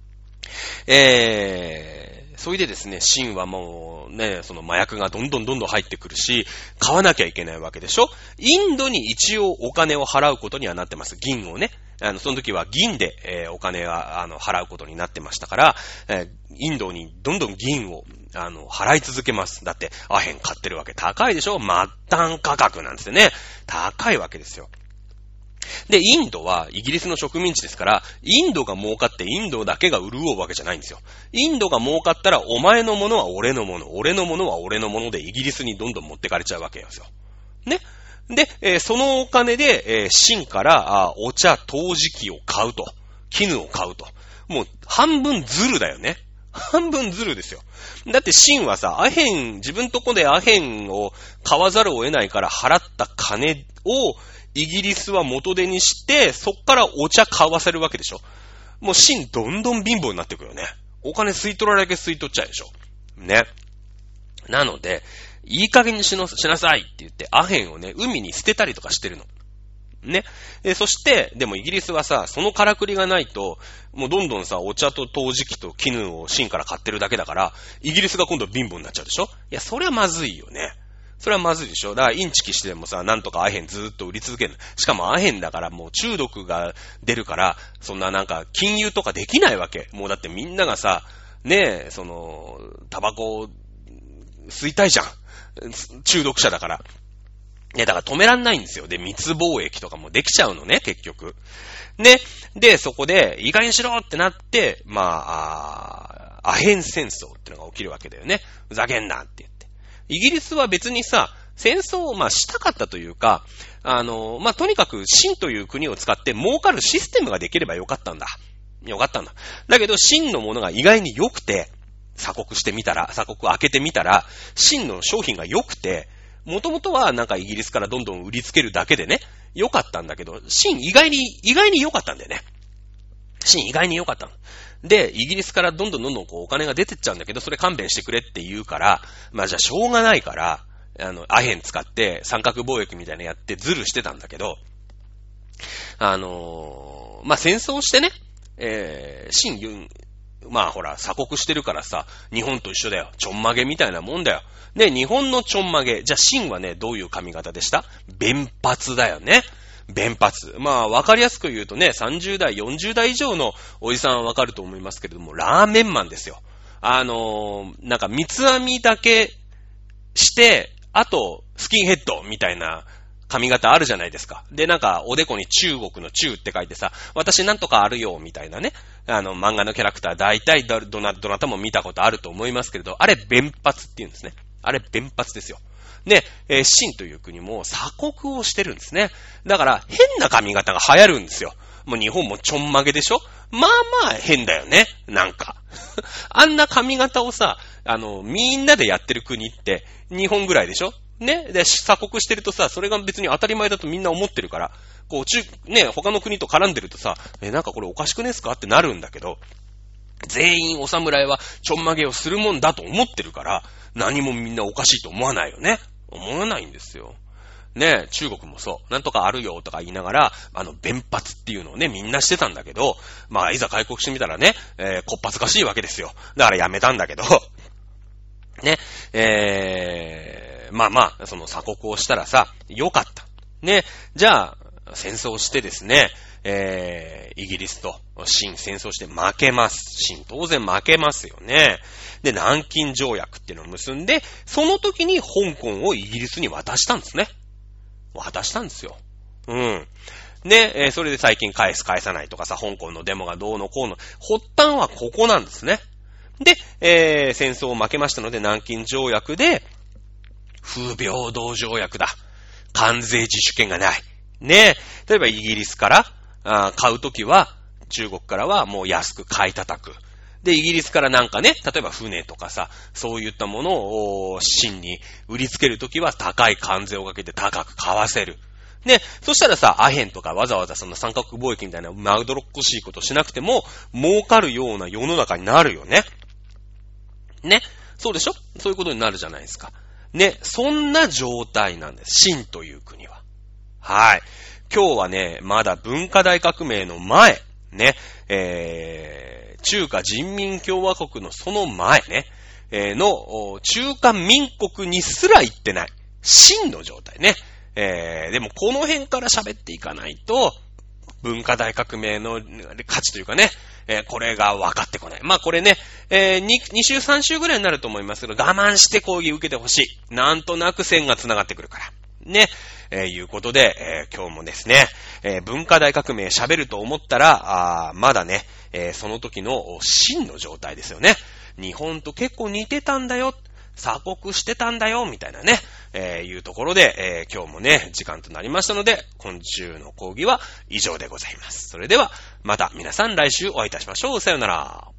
えー、それでですね、秦はもうね、その麻薬がどんどんどんどん入ってくるし、買わなきゃいけないわけでしょ。インドに一応お金を払うことにはなってます。銀をね。あの、その時は銀で、えー、お金は、あの、払うことになってましたから、えー、インドにどんどん銀を、あの、払い続けます。だって、アヘン買ってるわけ高いでしょ？末端価格なんですよね。高いわけですよ。で、インドはイギリスの植民地ですから、インドが儲かってインドだけが潤うわけじゃないんですよ。インドが儲かったら、お前のものは俺のもの、俺のものは俺のものでイギリスにどんどん持ってかれちゃうわけですよ。ね。で、えー、そのお金で、えー、秦からあお茶、陶磁器を買うと。絹を買うと。もう半分ズルだよね。半分ズルですよ。だって秦はさ、アヘン、自分とこでアヘンを買わざるを得ないから払った金をイギリスは元手にして、そっからお茶買わせるわけでしょ。もう秦どんどん貧乏になってくよね。お金吸い取られだけ吸い取っちゃうでしょ。ね。なので、いい加減にしのしなさいって言って、アヘンをね、海に捨てたりとかしてるの。ね。え、そして、でもイギリスはさ、そのからくりがないと、もうどんどんさ、お茶と陶磁器と絹を秦から買ってるだけだから、イギリスが今度貧乏になっちゃうでしょ？いや、それはまずいよね。それはまずいでしょ？だからインチキしてでもさ、なんとかアヘンずーっと売り続ける。しかもアヘンだからもう中毒が出るから、そんななんか禁輸とかできないわけ。もうだってみんながさ、ねえ、その、タバコ吸いたいじゃん。中毒者だから。ね、だから止めらんないんですよ。で、密貿易とかもできちゃうのね、結局。ね。で、そこで、いい加減にしろってなって、まあ、あアヘン戦争ってのが起きるわけだよね。ふざけんなって言って。イギリスは別にさ、戦争をまあしたかったというか、あの、まあとにかく秦という国を使って儲かるシステムができればよかったんだ。よかったんだ。だけど秦のものが意外に良くて、鎖国してみたら、鎖国開けてみたら、秦の商品が良くて、もともとはなんかイギリスからどんどん売りつけるだけでね、良かったんだけど、秦意外に、意外に良かったんだよね。秦意外に良かったの。で、イギリスからどんどんどんどんこうお金が出てっちゃうんだけど、それ勘弁してくれって言うから、まあじゃあしょうがないから、あの、アヘン使って三角貿易みたいなのやってズルしてたんだけど、あのー、まあ戦争してね、えー、秦ユン、まあほら、鎖国してるからさ、日本と一緒だよ。ちょんまげみたいなもんだよ。ね、日本のちょんまげ。じゃあ、秦はね、どういう髪型でした？弁髪だよね。弁髪。まあ、わかりやすく言うとね、さんじゅう代、よんじゅう代以上のおじさんはわかると思いますけれども、ラーメンマンですよ。あのー、なんか三つ編みだけして、あと、スキンヘッドみたいな髪型あるじゃないですか。で、なんか、おでこに中国の中って書いてさ、私なんとかあるよ、みたいなね。あの、漫画のキャラクター、大体ど、どな、どなたも見たことあると思いますけれど、あれ、弁髪って言うんですね。あれ、弁髪ですよ。で、えー、清という国も鎖国をしてるんですね。だから、変な髪型が流行るんですよ。もう日本もちょんまげでしょ？まあまあ変だよね。なんか。あんな髪型をさ、あの、みんなでやってる国って日本ぐらいでしょ？ね。で、鎖国してるとさ、それが別に当たり前だとみんな思ってるから、こう、中、ね、他の国と絡んでるとさ、え、なんかこれおかしくねえすかってなるんだけど、全員お侍はちょんまげをするもんだと思ってるから、何もみんなおかしいと思わないよね。思わないんですよ。ねえ、中国もそう。なんとかあるよとか言いながら、あの、弁髪っていうのをね、みんなしてたんだけど、まあ、いざ開国してみたらね、えー、こっぱずかしいわけですよ。だからやめたんだけど、ね、えー、まあまあ、その鎖国をしたらさ、よかった。ね、じゃあ、戦争してですね、えー、イギリスと清戦争して負けます。清当然負けますよね。で、南京条約っていうのを結んで、その時に香港をイギリスに渡したんですね。渡したんですよ。うん。で、えー、それで最近返す返さないとかさ、香港のデモがどうのこうの、発端はここなんですね。で、えー、戦争を負けましたので、南京条約で、不平等条約だ。関税自主権がない。ね。例えばイギリスからあ買うときは、中国からはもう安く買い叩く。で、イギリスからなんかね、例えば船とかさ、そういったものを清に売りつけるときは高い関税をかけて高く買わせる。ね、そしたらさ、アヘンとかわざわざその三角貿易みたいなマウドロッコしいことしなくても、儲かるような世の中になるよね。ね、そうでしょ？そういうことになるじゃないですか。ね、そんな状態なんです。清という国は。はい。今日はね、まだ文化大革命の前、ね、えー、中華人民共和国のその前ね、えー、の中華民国にすら行ってない。清の状態ね。えー、でもこの辺から喋っていかないと、文化大革命の価値というかね、えー、これが分かってこない。まあこれね、えー、に, に週さん週ぐらいになると思いますけど、我慢して講義受けてほしい。なんとなく線が繋がってくるから。ね。えー、いうことで、えー、今日もですね、えー、文化大革命喋ると思ったら、あまだね、えー、その時の清の状態ですよね。日本と結構似てたんだよ。鎖国してたんだよ、みたいなね、えー、いうところで、えー、今日もね、時間となりましたので、今週の講義は以上でございます。それでは、また皆さん来週お会いいたしましょう。さよなら。